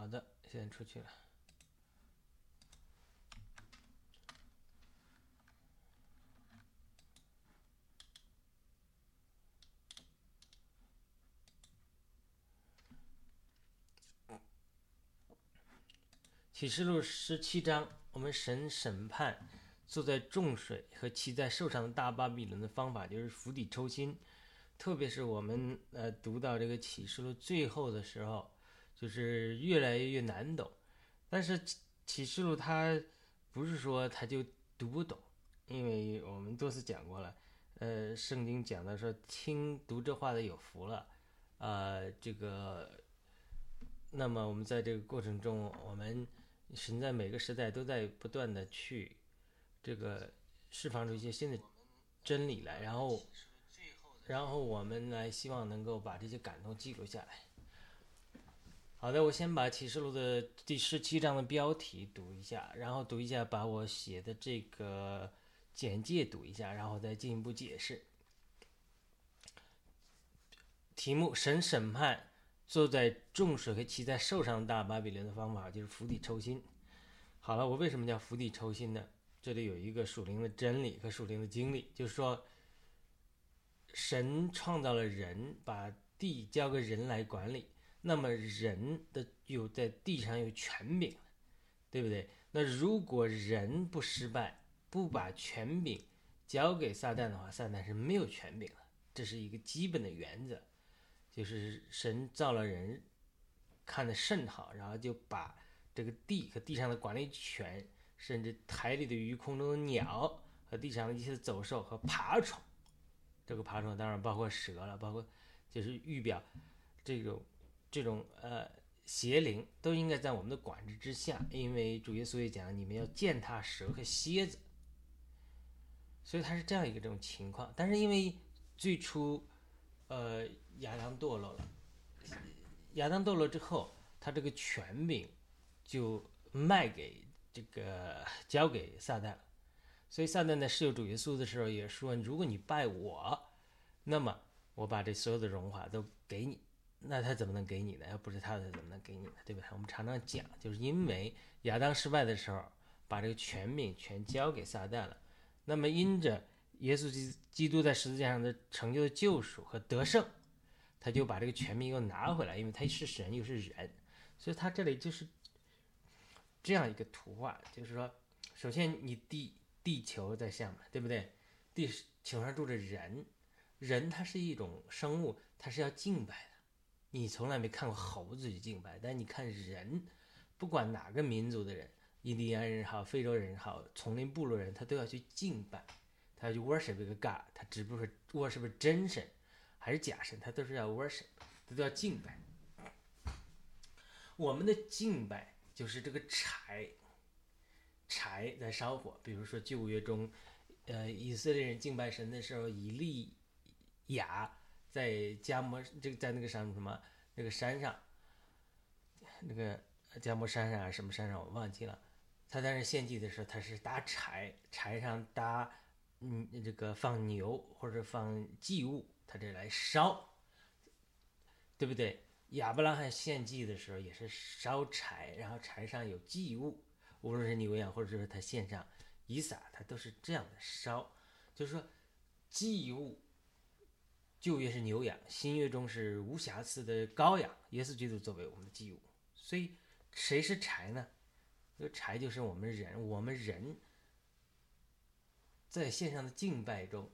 好的，现在出去了。启示录17章，我们神审判坐在众水和骑在兽上的大巴比伦的方法，就是釜底抽薪。特别是我们读到这个启示录最后的时候，就是越来越难懂。但是启示录它不是说它就读不懂，因为我们多次讲过了，圣经讲的说听读这话的有福了，那么我们在这个过程中，我们神在每个时代都在不断的去这个释放出一些新的真理来，然后我们来希望能够把这些感动记录下来。好的，我先把启示录的第17章的标题读一下，然后读一下把我写的这个简介读一下，然后再进一步解释。题目：神审判坐在众水和骑在兽上的大巴比伦的方法，就是釜底抽薪。好了，我为什么叫釜底抽薪呢？这里有一个属灵的真理和属灵的经历，就是说，神创造了人，把地交给人来管理，那么人的在地上有权柄，对不对？那如果人不失败，不把权柄交给撒旦的话，撒旦是没有权柄的，这是一个基本的原则。就是神造了人，看得甚好，然后就把这个地和地上的管理权，甚至海里的鱼、空中的鸟和地上的一切走兽和爬虫，这个爬虫当然包括蛇了，包括就是预表这种邪灵都应该在我们的管制之下，因为主耶稣也讲，你们要践踏蛇和蝎子，所以它是这样一个这种情况。但是因为最初亚当堕落了，亚当堕落之后，他这个权柄就交给撒旦了。所以撒旦在试诱主耶稣的时候也说，如果你拜我，那么我把这所有的荣华都给你。那他怎么能给你呢？要不是他怎么能给你呢？对不对？我们常常讲，就是因为亚当失败的时候，把这个权柄全交给撒旦了。那么因着耶稣基督在十字架上的成就的救赎和得胜，他就把这个权柄又拿回来，因为他是神又是人，所以他这里就是这样一个图画，就是说，首先你地球在下面，对不对？地球上住着人，人它是一种生物，它是要敬拜的。你从来没看过猴子去敬拜，但你看人，不管哪个民族的人，印第安人好，非洲人好，丛林部落人，他都要去敬拜，他要去 worship 一个 God， 他只不过是 worship 真神还是假神，他都是要 worship， 他都要敬拜。我们的敬拜就是这个柴在烧火，比如说旧约中，以色列人敬拜神的时候，以利亚在加摩在那个什么那个山上，那个加摩山上还是什么山上我忘记了，他在那献祭的时候，他是搭柴上搭这个放牛或者放祭物，他这来烧，对不对？亚伯拉罕献祭的时候也是烧柴，然后柴上有祭物，无论是牛羊或者是他献上以撒，他都是这样的烧。就是说，祭物旧约是牛羊，新约中是无瑕疵的羔羊，耶稣基督作为我们的祭物。所以谁是柴呢？这个柴就是我们人，我们人在线上的敬拜中，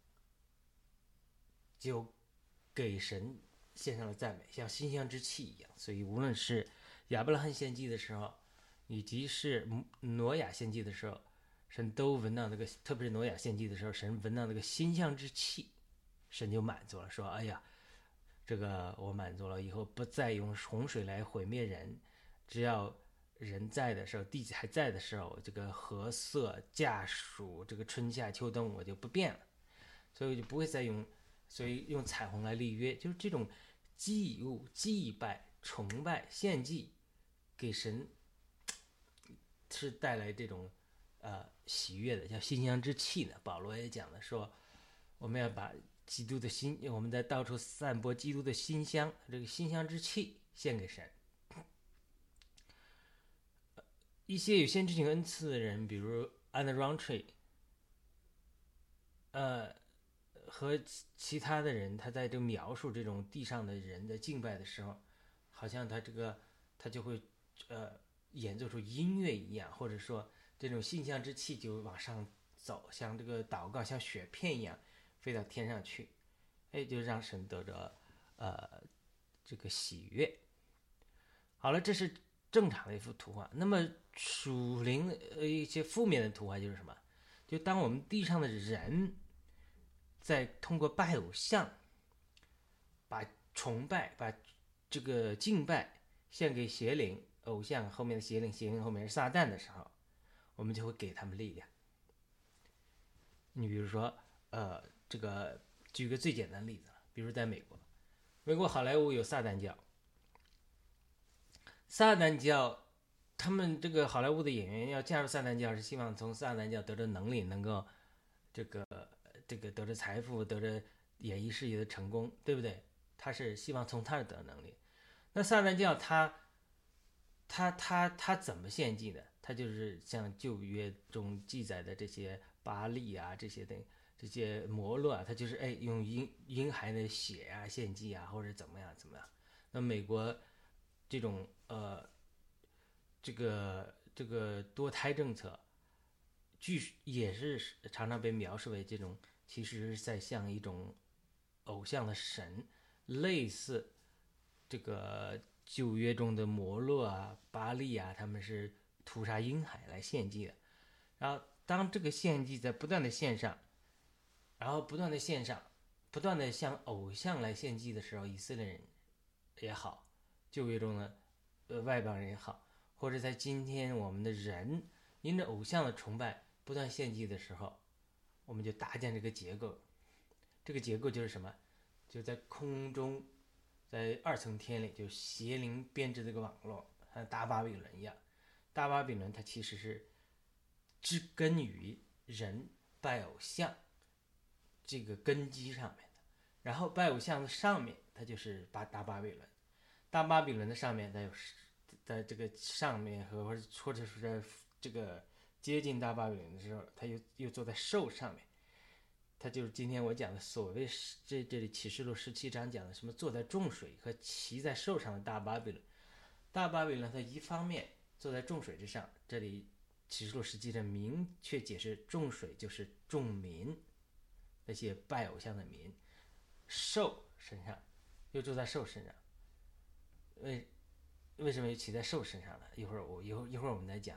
就给神献上了赞美，像馨香之气一样。所以无论是亚伯拉罕献祭的时候，以及是挪亚献祭的时候，神都闻到那个，特别是挪亚献祭的时候，神闻到那个馨香之气，神就满足了，说：“哎呀，这个我满足了，以后不再用洪水来毁灭人，只要人在的时候，地还在的时候，这个河色稼暑，这个春夏秋冬我就不变了，所以我就不会再用彩虹来立约，就是这种祭物、祭拜、崇拜、献祭给神，是带来这种喜悦的，叫馨香之气呢。保罗也讲了说，我们要把基督的我们在到处散播基督的馨香，这个馨香之气献给神。 一些有先知性恩赐的人，比如 Anne Rountree，和其他的人，他在这描述这种地上的人的敬拜的时候，好像他就会演奏出音乐一样，或者说这种信象之气就往上走，像这个祷告像雪片一样飞到天上去，就让神得着这个喜悦。好了，这是正常的一幅图画。那么属灵一些负面的图画就是什么？就当我们地上的人在通过拜偶像，把崇拜、把这个敬拜献给邪灵、偶像后面的邪灵，邪灵后面是撒旦的时候，我们就会给他们力量。你比如说，这个举个最简单的例子，比如在美国，美国好莱坞有撒旦教，撒旦教，他们这个好莱坞的演员要加入撒旦教，是希望从撒旦教得着能力，能够这个得着财富，得着演艺事业的成功，对不对？他是希望从他这得能力。那撒旦教他怎么献祭的？他就是像旧约中记载的这些巴利啊，这些摩洛啊，他就是用婴孩的血啊献祭啊，或者怎么样。那美国这种这个多胎政策，也是常常被描述为这种，其实是在向一种偶像的神，类似这个旧约中的摩洛啊、巴利啊，他们是屠杀婴孩来献祭的。然后当这个献祭在不断的献上，然后不断的向偶像来献祭的时候，以色列人也好，旧约中的外邦人也好，或者在今天我们的人因着偶像的崇拜不断献祭的时候，我们就搭建这个结构。这个结构就是什么？就在空中，在二层天里，就是邪灵编织这个网络，像大巴比伦一样。大巴比伦它其实是植根于人拜偶像这个根基上面的，然后拜偶像的上面，它就是大巴比伦。大巴比伦的上面，它有在这个上面或者是在这个接近大巴比伦的时候，它又坐在兽上面。它就是今天我讲的所谓这里启示录17章讲的什么坐在众水和骑在兽上的大巴比伦。大巴比伦它一方面坐在众水之上，这里启示录17章明确解释众水就是众民，那些拜偶像的民，兽身上又坐在兽身上。为什么又骑在兽身上呢？一会儿我们再讲，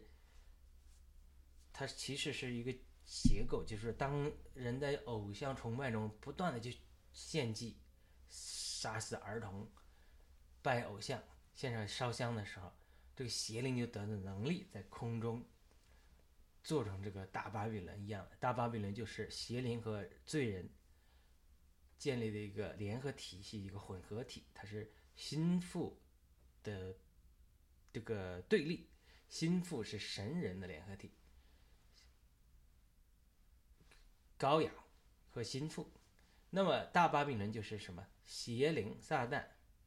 它其实是一个结构，就是当人在偶像崇拜中不断的去献祭、杀死儿童、拜偶像、献上烧香的时候，这个邪灵就得的能力在空中做成这个大巴比伦一样的。大巴比伦就是邪灵和罪人建立的一个联合体系，一个混合体，它是心腹的这个对立，心腹是神人的联合体，羔羊和心腹。那么大巴比伦就是什么？邪灵撒旦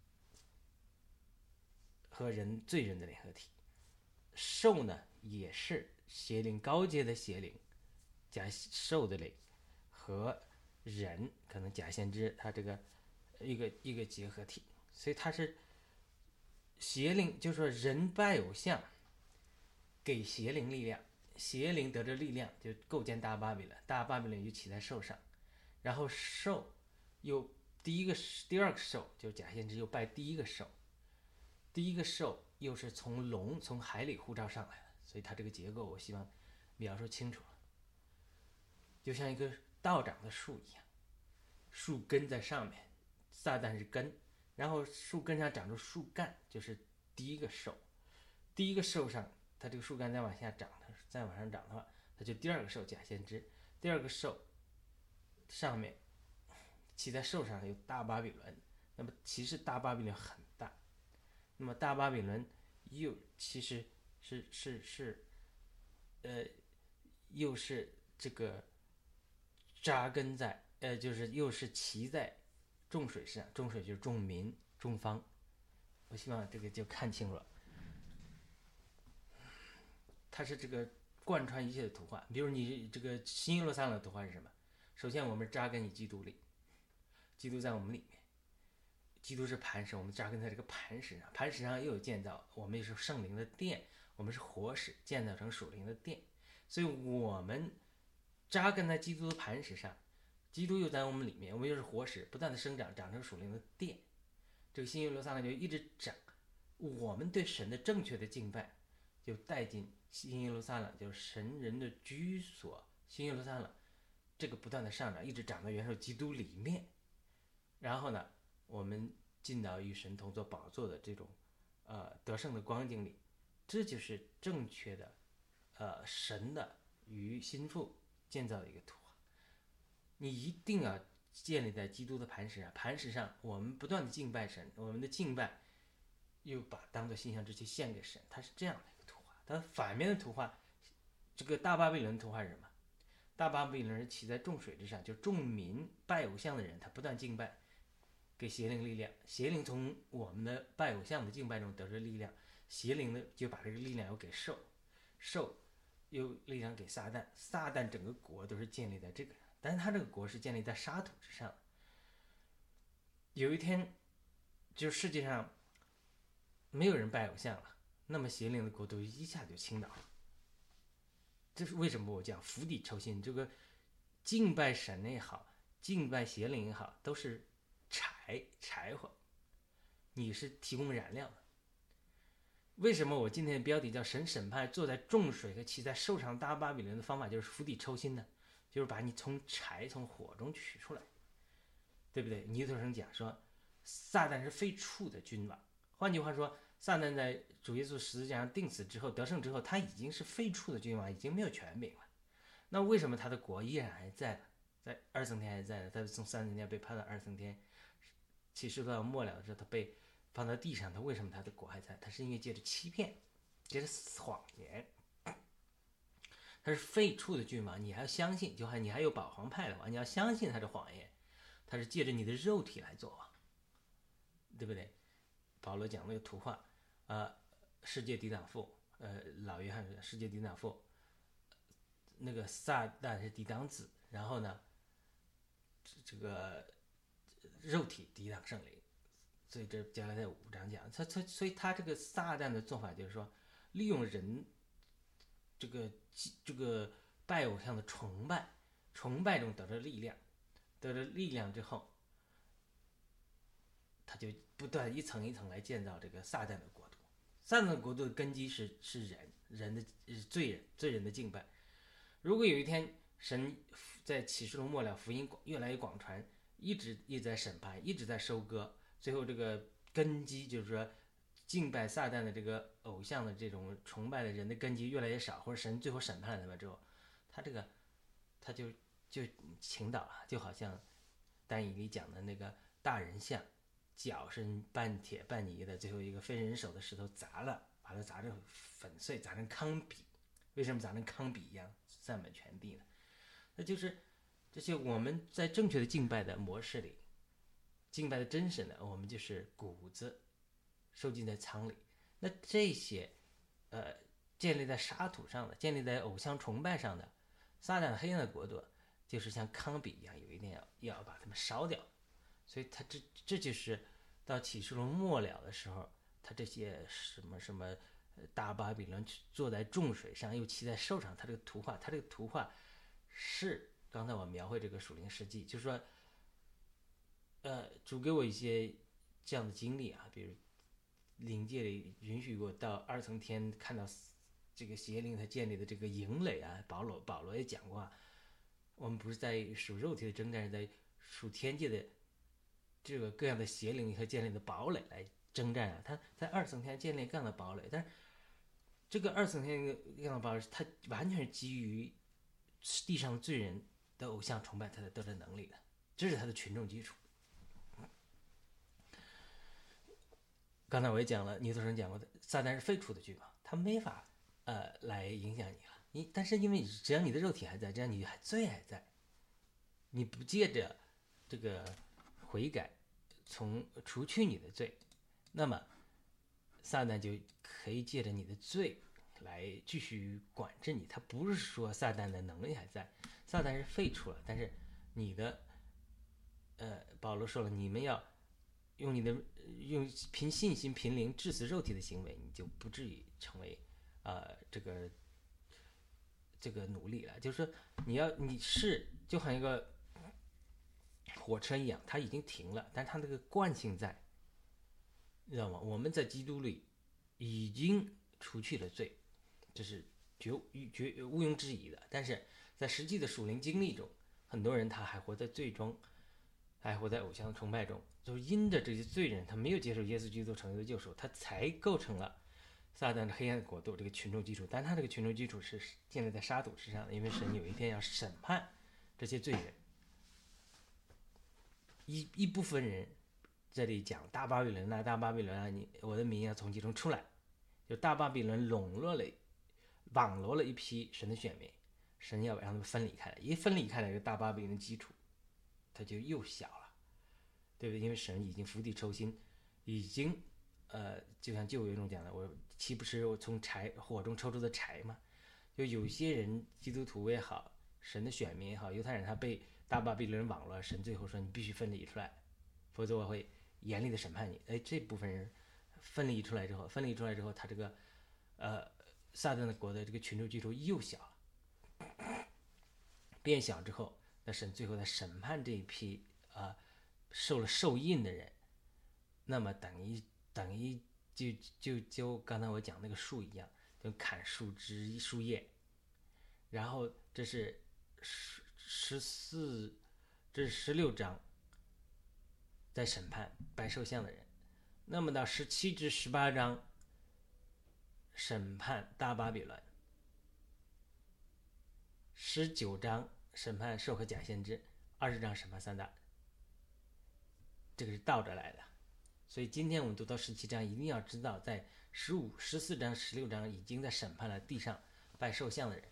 和罪人的联合体。兽呢也是邪灵高阶的邪灵加兽的灵和人可能假先知，它这个一个结合体。所以它是邪灵，就是说人拜偶像给邪灵力量，邪灵得着力量就构建大巴比伦，大巴比伦就骑在兽上，然后兽又第二个兽就假先知又拜第一个兽，第一个兽又是从海里呼召上来的，所以它这个结构我希望描述清楚了，就像一个倒长的树一样，树根在上面，撒旦是根，然后树根上长出树干，就是第一个兽，第一个兽上它这个树干再往下长，再往上长的话，它就第二个兽假先知，第二个兽上面骑在兽上有大巴比伦，那么其实大巴比伦很大，那么大巴比伦又其实又是这个扎根在就是又是骑在众水上，众水就是众民众方，我希望这个就看清楚了。 它是这个贯穿一切的图画。比如你这个新耶路撒冷的图画是什么？首先我们扎根于基督里，基督在我们里面，基督是磐石，我们扎根在这个磐石上，磐石上又有建造，我们也是圣灵的殿，我们是活石，建造成属灵的殿，所以我们扎根在基督的磐石上，基督又在我们里面，我们又是活石，不断的生长，长成属灵的殿。这个新耶路撒冷就一直长，我们对神的正确的敬拜，就带进新耶路撒冷，就是神人的居所。新耶路撒冷这个不断的上涨，一直长到元首基督里面。然后呢，我们进到与神同坐宝座的这种得胜的光景里，这就是正确的神的与心腹建造的一个图画。你一定要建立在基督的磐石上，磐石上我们不断的敬拜神，我们的敬拜又把当作馨香之气献给神，它是这样的一个图画。它反面的图画，这个大巴比伦图画是什么？大巴比伦人骑在众水之上，就是众民拜偶像的人，他不断敬拜，给邪灵力量，邪灵从我们的拜偶像的敬拜中得着力量，邪灵呢就把这个力量又给兽又力量给撒旦，撒旦整个国都是建立在这个上，但是他这个国是建立在沙土之上。有一天，就世界上没有人拜偶像了，那么邪灵的国度一下就倾倒了。这是为什么我讲釜底抽薪？这个敬拜神也好，敬拜邪灵也好，都是柴火，你是提供燃料的。为什么我今天的标题叫神审判坐在众水和骑在兽上大巴比伦的方法就是釜底抽薪呢？就是把你从火中取出来，对不对？尼特生讲说，撒旦是废黜的君王。换句话说，撒旦在主耶稣十字架上钉死之后得胜之后，他已经是废黜的君王，已经没有权柄了。那为什么他的国依然还在呢？在二层天还在呢？他从三层天被判到二层天，启示录到末了的时候，他被放到地上，他为什么他的国还在？他是因为借着欺骗，借着谎言。他是废黜的君王，你还要相信，就还你还有保皇派的话，你要相信他的谎言，他是借着你的肉体来做王，对不对？保罗讲那个图画，世界抵挡父，老约翰说世界抵挡父，那个撒旦是抵挡子，然后呢，这个肉体抵挡圣灵，所以这将来在5章讲，所以他这个撒旦的做法就是说，利用人这个拜偶像的崇拜中得着力量，得着力量之后，他就不断一层一层来建造这个撒旦的国度。撒旦的国度的根基是人的罪人的敬拜。如果有一天神在启示录末了，福音越来越广传，一直在审判，一直在收割，最后这个根基就是说敬拜撒旦的这个偶像的这种崇拜的人的根基越来越少，或者神最后审判了他们之后，他就倾倒了，就好像但以理讲的那个大人像，脚是半铁半泥的，最后一个非人手的石头砸了，把它砸成粉碎，砸成糠秕。为什么砸成糠秕一样散满全地呢？那就是这些我们在正确的敬拜的模式里，敬拜的真神呢，我们就是谷子收进在仓里。那这些建立在沙土上的，建立在偶像崇拜上的撒旦黑暗的国度，就是像糠秕一样，有一天要把它们烧掉。所以他这就是到启示录末了的时候，他这些什么大巴比伦坐在众水上，又骑在兽上，他这个图画是刚才我描绘这个属灵实际，就是说主给我一些这样的经历啊，比如灵界里允许我到2层天看到这个邪灵他建立的这个营垒啊，保罗也讲过啊，我们不是在属肉体的征战，是在属天界的这个各样的邪灵和建立的堡垒来征战啊。他在2层天建立各样的堡垒，但是这个2层天各样的堡垒，它完全是基于地上的罪人的偶像崇拜他才得的能力的，这是他的群众基础。刚才我也讲了，尼特生讲过的，撒旦是废黜的君王，他没法来影响你了。但是因为只要你的肉体还在，只要你罪还在，你不借着这个悔改从除去你的罪，那么撒旦就可以借着你的罪来继续管制你。他不是说撒旦的能力还在，撒旦是废除了，但是你的保罗说了，你们要用凭信心凭灵致死肉体的行为，你就不至于成为这个奴隶了。就是说你是就好像一个火车一样，它已经停了，但它那个惯性在，你知道吗？我们在基督里已经除去了罪，这是毋庸置疑的。但是在实际的属灵经历中，很多人他还活在罪中，还活在偶像崇拜中，就是因着这些罪人，他没有接受耶稣基督成就的救赎，他才构成了撒旦的黑暗的国度这个群众基础。但他这个群众基础是建立在沙土之上的，因为神有一天要审判这些罪人。一部分人这里讲大巴比伦啊，大巴比伦啊，我的民要从其中出来，就大巴比伦网罗了一批神的选民，神要让他们分离开来，一分离开来，这个大巴比伦的基础它就又小了，对不对？因为神已经釜底抽薪，已经就像旧约中讲的，我岂不是我从火中抽出的柴吗？就有些人基督徒也好，神的选民也好，犹太人他被大巴比伦网罗，神最后说你必须分离出来，否则我会严厉的审判你。哎，这部分人分离出来之后，他这个撒旦的国的这个群众基础又小了，变小之后，那神最后在审判这一批受了受印的人，那么等于就刚才我讲那个树一样，就砍树枝树叶，然后这是16章在审判拜兽像的人，那么到17至18章审判大巴比伦，19章审判兽和假先知，20章审判三大，这个是倒着来的。所以今天我们读到17章，一定要知道，在14章、16章已经在审判了地上拜兽像的人。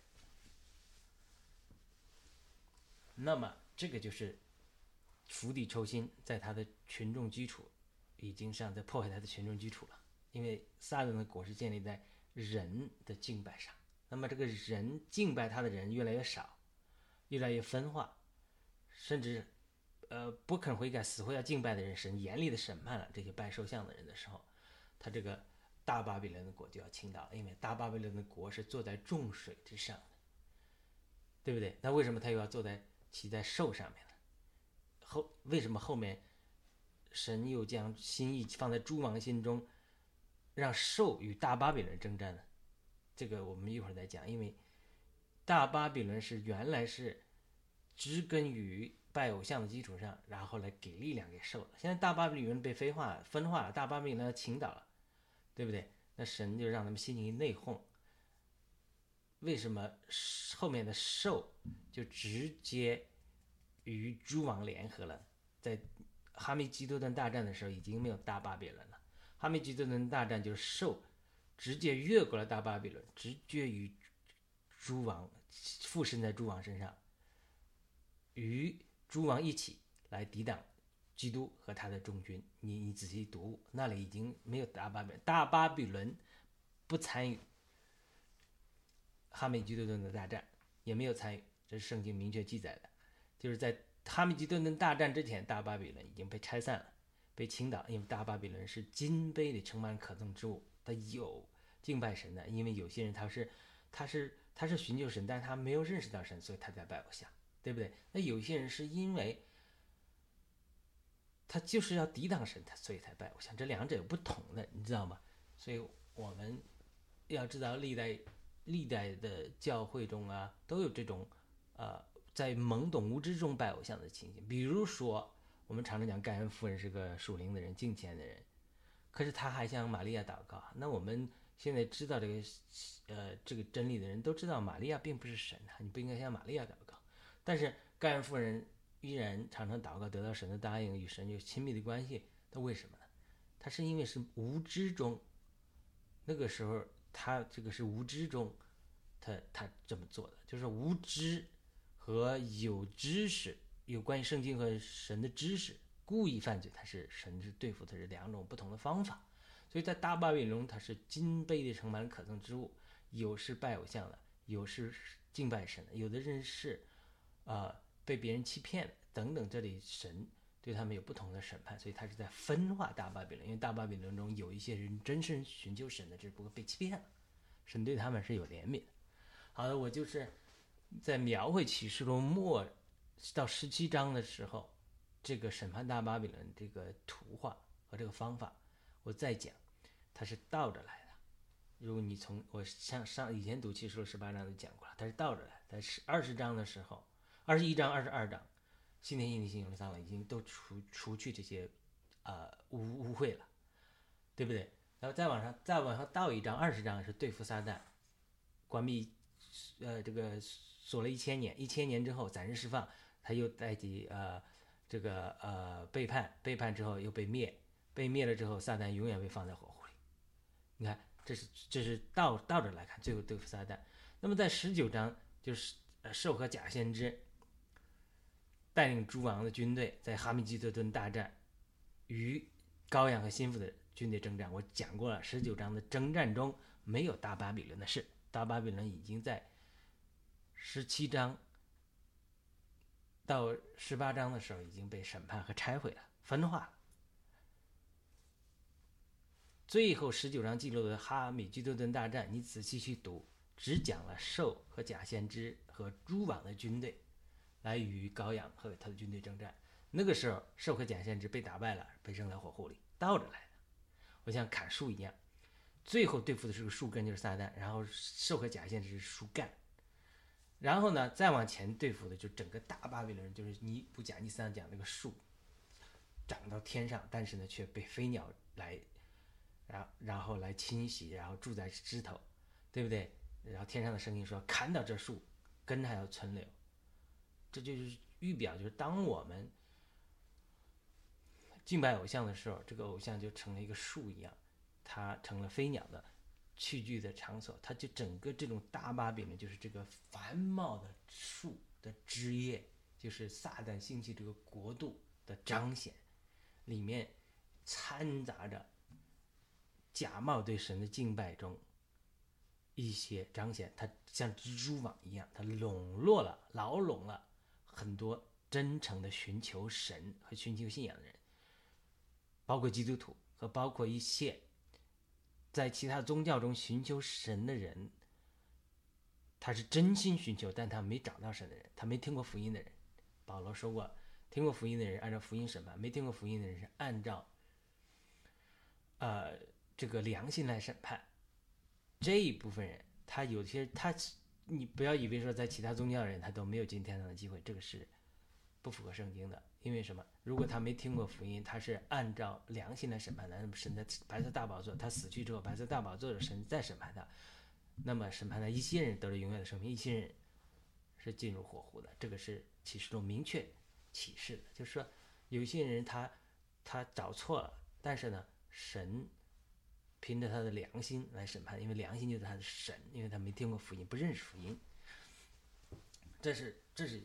那么这个就是釜底抽薪，在他的群众基础已经在破坏他的群众基础了。因为撒旦的国是建立在人的敬拜上，那么这个人敬拜他的人越来越少，越来越分化，甚至不肯悔改死后要敬拜的人，神严厉的审判了这些拜兽像的人的时候，他这个大巴比伦的国就要倾倒了。因为大巴比伦的国是坐在众水之上的，对不对？那为什么他又要骑在兽上面呢？为什么后面神又将心意放在诸王心中，让兽与大巴比伦征战呢？这个我们一会儿再讲。因为大巴比伦原来是植根于拜偶像的基础上，然后来给力量给兽的。现在大巴比伦被分化了，大巴比伦倾倒了，对不对？那神就让他们心灵内讧。为什么后面的兽就直接与诸王联合了？在哈密基多顿大战的时候已经没有大巴比伦了，哈密基多顿大战就是兽直接越过了大巴比伦，直接与诸王附身在诸王身上，与诸王一起来抵挡基督和他的众军。你仔细读，那里已经没有大巴比伦不参与哈密基多顿的大战，也没有参与，这是圣经明确记载的。就是在哈密基多顿大战之前，大巴比伦已经被拆散了，被倾倒。因为大巴比伦是金杯里盛满可憎之物，他有敬拜神的。因为有些人他是寻求神，但他没有认识到神，所以他在拜偶像，对不对？那有些人是因为他就是要抵挡神，所以才拜偶像，这两者有不同的，你知道吗？所以我们要知道历代的教会中啊，都有这种在懵懂无知中拜偶像的情形。比如说我们常常讲盖恩夫人是个属灵的人，敬虔的人，可是他还向玛利亚祷告。那我们现在知道这个真理的人都知道，玛利亚并不是神啊，你不应该向玛利亚祷告。但是盖恩夫人依然常常祷告，得到神的答应，与神有亲密的关系。那为什么呢？他是因为是无知中，那个时候他这个是无知中，他这么做的，就是无知和有知识，有关于圣经和神的知识，故意犯罪，神是对付他是两种不同的方法。所以在大巴比伦，它是金杯里盛满可憎之物， 有是拜偶像的，有是敬拜神的，有的人是被别人欺骗等等，这里神对他们有不同的审判，所以他是在分化大巴比伦。因为大巴比伦中有一些人真是寻求神的，只不过被欺骗了，神对他们是有怜悯的。好的，我就是在描绘启示录末到17章的时候，这个审判大巴比伦这个图画和这个方法，我再讲，它是倒着来的。如果你从我像以前读启示录18章就讲过了，它是倒着来，在20章的时候，21章、22章，新天新地新耶路撒冷已经都除去这些污秽了，对不对？然后再往上倒一章，20章是对付撒旦，关闭这个锁了1000年，1000年之后暂时释放，他又带起背叛之后又被灭了之后，撒旦永远被放在火湖里。你看，这是倒着来看，最后对付撒旦。那么在19章就是兽和假先知带领诸王的军队在哈米基多顿大战，与羔羊和心腹的军队征战。我讲过了，19章的征战中没有大巴比伦的事，大巴比伦已经在17章到18章的时候已经被审判和拆毁了，分化了。最后19章记录的哈米基多顿大战，你仔细去读，只讲了兽和假先知和诸王的军队来与羔羊和他的军队征战。那个时候兽和假先知被打败了，被扔在火湖里，倒着来的。我像砍树一样，最后对付的是个树根，就是撒旦，然后兽和假先知是树干，然后呢再往前对付的就整个大巴比伦，就是尼布甲尼撒讲那个树长到天上，但是呢却被飞鸟来然后来侵袭，然后住在枝头，对不对？然后天上的声音说砍倒这树，根还要存留。这就是预表，就是当我们敬拜偶像的时候，这个偶像就成了一个树一样，它成了飞鸟的栖居的场所。它就整个这种大巴比伦就是这个繁茂的树的枝叶，就是撒旦兴起这个国度的彰显，里面掺杂着假冒对神的敬拜中一些彰显，它像蜘蛛网一样，它牢笼了很多真诚的寻求神和寻求信仰的人，包括基督徒和包括一些在其他宗教中寻求神的人，他是真心寻求，但他没找到神的人，他没听过福音的人。保罗说过，听过福音的人按照福音审判，没听过福音的人是按照这个良心来审判。这一部分人，他有些你不要以为说在其他宗教的人他都没有进天堂的机会，这个是不符合圣经的。因为什么？如果他没听过福音，他是按照良心来审判的，那么神在白色大宝座，他死去之后，白色大宝座的神再审判他，那么审判他一些人得了永远的生命，一些人是进入火湖的。这个是启示录明确启示的，就是说有一些人他找错了，但是呢，神凭着他的良心来审判，因为良心就是他的神，因为他没听过福音，不认识福音。这是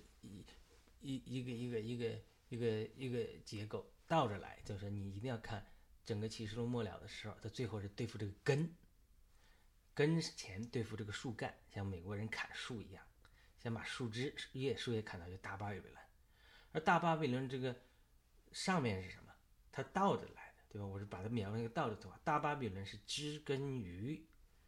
一个结构，倒着来，就是你一定要看整个启示录末了的时候，他最后是对付这个根前对付这个树干，像美国人砍树一样，先把树叶砍到就大巴比伦。而大巴比伦这个上面是什么？它倒着来的，对吧？我是把它描成一个倒着图画。大巴比伦是植根于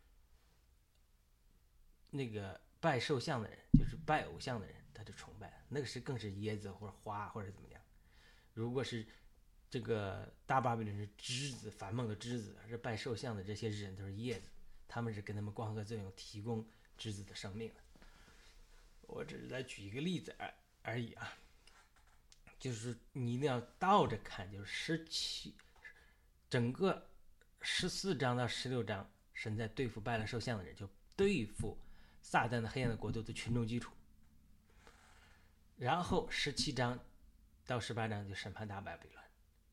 那个拜兽像的人，就是拜偶像的人，他就崇拜，那个是更是椰子或者花或者怎么样。如果是这个大巴比伦是枝子，繁茂的枝子，是拜兽像的这些人都是叶子，他们是跟他们光合作用提供枝子的生命的。我只是在举一个例子而已啊，就是你一定要倒着看，就是整个14章到16章，神在对付拜了兽像的人，就对付撒旦的黑暗的国度的群众基础。然后17章到18章就审判大巴比伦，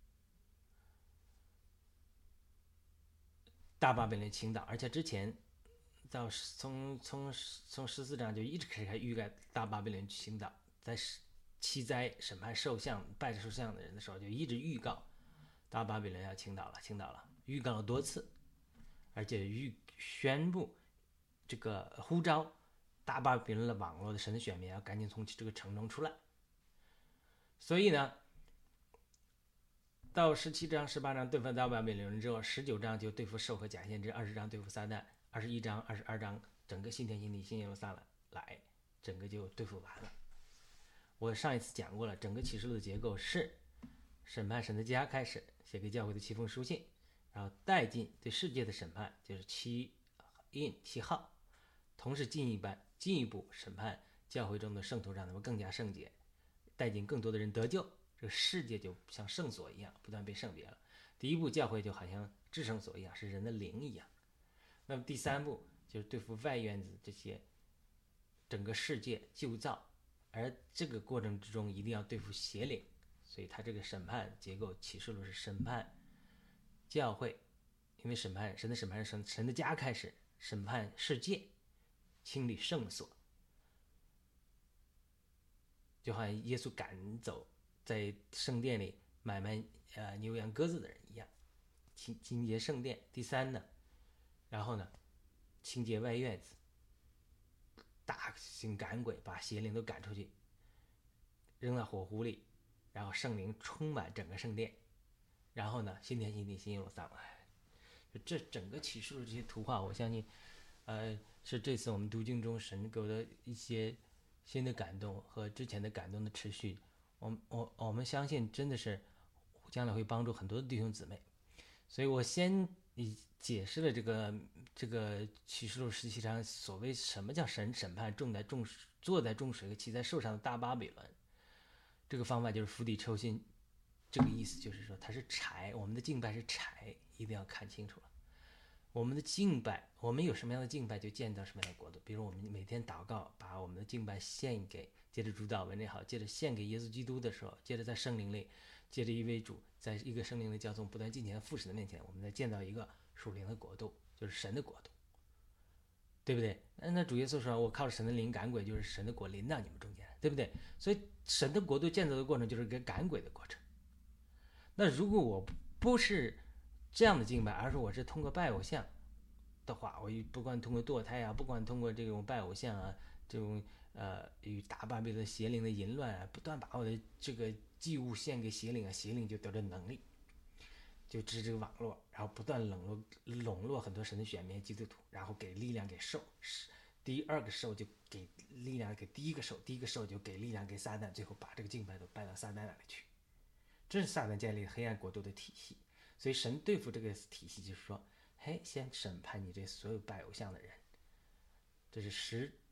大巴比伦倾倒，而且之前到从14章就一直开始预告大巴比伦倾倒，在7灾审判兽像拜着兽像的人的时候，就一直预告大巴比伦要倾倒了，预告了多次，而且宣布这个呼召大巴比伦的网络的神的选民要赶紧从这个城中出来。所以呢，到17章、18章对付大巴比伦之后，19章就对付兽和假先知，20章对付撒旦，21章、22章整个新天新地、新耶路撒冷来，整个就对付完了。我上一次讲过了，整个启示录的结构是审判神的家开始，写给教会的7封书信，然后带进对世界的审判，就是7号，同时进一步审判教会中的圣徒，让他们更加圣洁，带进更多的人得救。这个世界就像圣所一样，不断被圣别了。第一步，教会就好像至圣所一样，是人的灵一样。那么第3步就是对付外院子这些整个世界旧造，而这个过程之中一定要对付邪灵，所以他这个审判结构启示录是审判教会，因为审判神的审判是神的家开始，审判世界，清理圣所，就好像耶稣赶走在圣殿里买卖牛羊鸽子的人一样，清洁圣殿。第3呢，然后呢，清洁外院子，大行赶鬼，把邪灵都赶出去，扔到火湖里，然后圣灵充满整个圣殿，然后呢，新天新地、新耶路撒冷。这整个启示录这些图画，我相信，是这次我们读经中神给我的一些新的感动和之前的感动的持续。我们相信真的是将来会帮助很多的弟兄姊妹。所以我先解释了这个启示录17章所谓什么叫神审判坐在众水和骑在兽上的大巴比伦。这个方法就是釜底抽薪，这个意思就是说它是柴，我们的敬拜是柴，一定要看清楚了。我们的敬拜，我们有什么样的敬拜就建造什么样的国度。比如我们每天祷告，把我们的敬拜献给，借着主祷文也好，借着献给耶稣基督的时候，借着在圣灵里，借着一位主，在一个圣灵的交通不断进前父神的面前，我们在建造一个属灵的国度，就是神的国度，对不对？那主耶稣说，我靠着神的灵赶鬼，就是神的国临到你们中间，对不对？所以神的国度建造的过程就是一个赶鬼的过程。那如果我不是这样的敬拜，而是我是通过拜偶像的话，我不管通过堕胎啊，不管通过这种拜偶像啊，这种与大巴比伦邪灵的淫乱啊，不断把我的这个祭物献给邪灵啊，邪灵就得着能力，就织这个网络，然后不断笼络很多神的选民基督徒，然后给力量给兽，第2个兽就给力量给第1个兽，第1个兽就给力量给撒旦，最后把这个敬拜都拜到撒旦那里去。这是撒旦建立黑暗国度的体系。所以神对付这个体系，就是说，嘿，先审判你这所有拜偶像的人。这是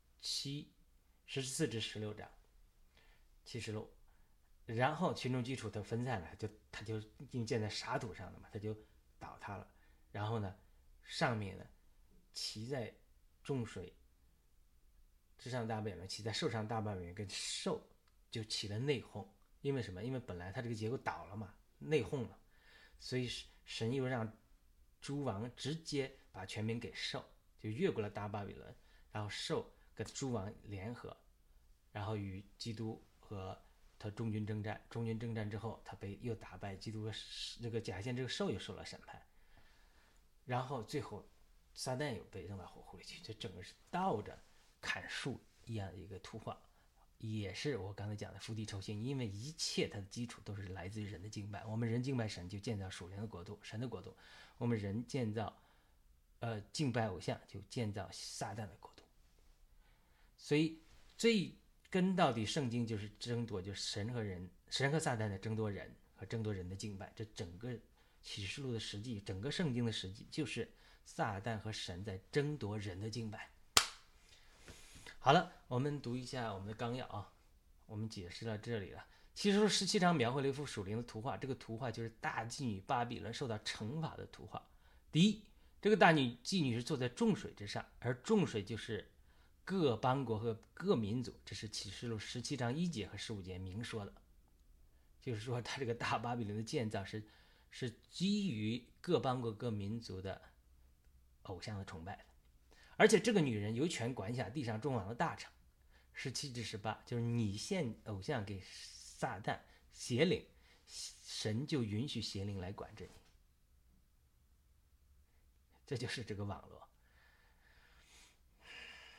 14至16章启示录。然后群众基础它分散了，它就因为建在沙土上了嘛，它就倒塌了。然后呢，上面呢，骑在众水之上大巴比伦，骑在兽上大巴比伦跟兽就起了内讧。因为什么？因为本来它这个结构倒了嘛，内讧了，所以神又让诸王直接把权柄给兽，就越过了大巴比伦，然后兽跟诸王联合，然后与基督和他众军征战。众军征战之后，他被又打败，基督这个假先这个兽又受了审判，然后最后撒旦又被扔到火湖里去。这整个是倒着砍树一样的一个图画。也是我刚才讲的釜底抽薪，因为一切它的基础都是来自于人的敬拜。我们人敬拜神，就建造属灵的国度，神的国度；我们人建造敬拜偶像，就建造撒旦的国度。所以最根到底，圣经就是争夺，就是神和撒旦的争夺人和争夺人的敬拜。这整个启示录的实际，整个圣经的实际，就是撒旦和神在争夺人的敬拜。好了，我们读一下我们的纲要啊。我们解释到这里了。启示录17章描绘了一幅属灵的图画，这个图画就是大妓女巴比伦受到惩罚的图画。第一，这个大妓女是坐在众水之上，而众水就是各邦国和各民族，这是启示录17章1节和15节明说的。就是说，它这个大巴比伦的建造是基于各邦国各民族的偶像的崇拜的。而且这个女人有权管辖地上众王的大臣。17至18，就是你献偶像给撒旦邪灵，神就允许邪灵来管着你。这就是这个网络。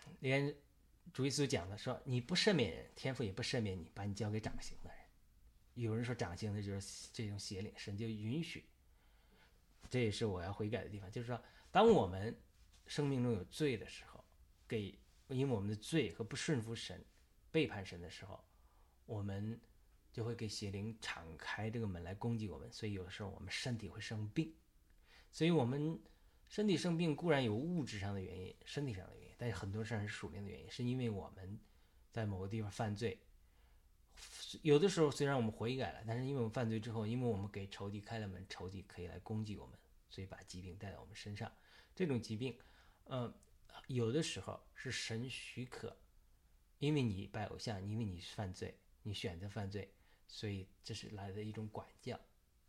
连主耶稣讲的说，你不赦免人，天父也不赦免你，把你交给掌刑的人。有人说掌刑的就是这种邪灵，神就允许。这也是我要悔改的地方，就是说，当我们生命中有罪的时候，因为我们的罪和不顺服神、背叛神的时候，我们就会给邪灵敞开这个门来攻击我们，所以有的时候我们身体会生病。所以我们身体生病固然有物质上的原因、身体上的原因，但是很多上是属灵的原因，是因为我们在某个地方犯罪。有的时候虽然我们悔改了，但是因为我们犯罪之后，因为我们给仇敌开了门，仇敌可以来攻击我们，所以把疾病带到我们身上。这种疾病，有的时候是神许可，因为你拜偶像，因为你犯罪，你选择犯罪，所以这是来的一种管教。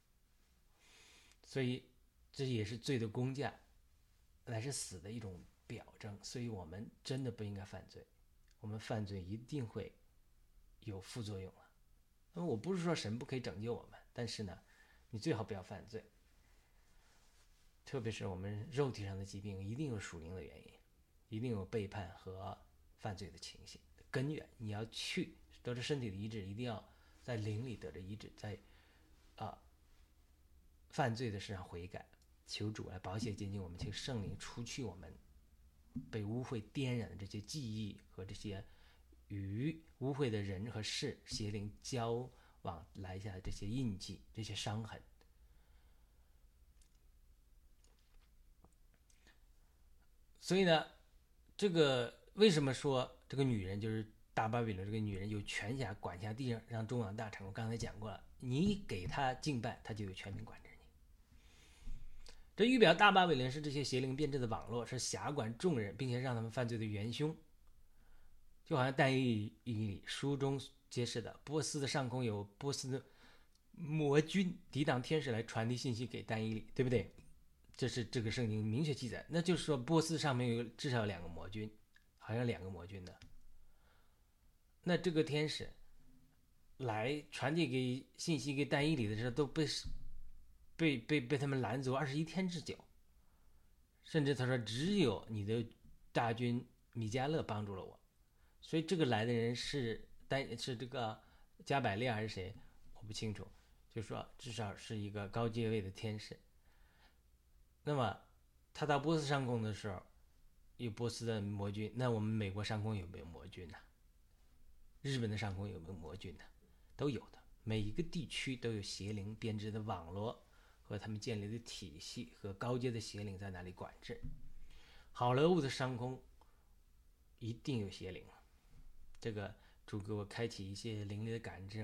所以这也是罪的工价，乃是死的一种表征。所以我们真的不应该犯罪，我们犯罪一定会有副作用了。那么我不是说神不可以拯救我们，但是呢，你最好不要犯罪。特别是我们肉体上的疾病，一定有属灵的原因，一定有背叛和犯罪的情形的根源。你要去得着身体的医治，一定要在灵里得着医治，在犯罪的事上悔改，求主来宝血洁净我们，求圣灵除去我们被污秽玷染的这些记忆和这些与污秽的人和事邪灵交往来下的这些印记、这些伤痕。所以呢，这个为什么说这个女人就是大巴比伦这个女人有权辖管辖地上中央大臣？我刚才讲过了，你给她敬拜，她就有权柄管制你。这预表大巴比伦是这些邪灵编织的网络，是辖管众人，并且让他们犯罪的元凶。就好像但以理书中揭示的，波斯的上空有波斯的魔军抵挡天使来传递信息给但以理，对不对？这是这个圣经明确记载，那就是说波斯上面有至少有2个魔军，好像2个魔军的。那这个天使来传递给信息给但以理的时候，都被他们拦阻21天之久，甚至他说只有你的大军米迦勒帮助了我。所以这个来的人是这个加百列还是谁，我不清楚，就说至少是一个高阶位的天使。那么他到波斯上空的时候，有波斯的魔军，那我们美国上空有没有魔军呢？日本的上空有没有魔军呢？都有的。每一个地区都有邪灵编织的网络和他们建立的体系和高阶的邪灵在那里管制。好莱坞的上空一定有邪灵，这个主给我开启一些灵力的感知。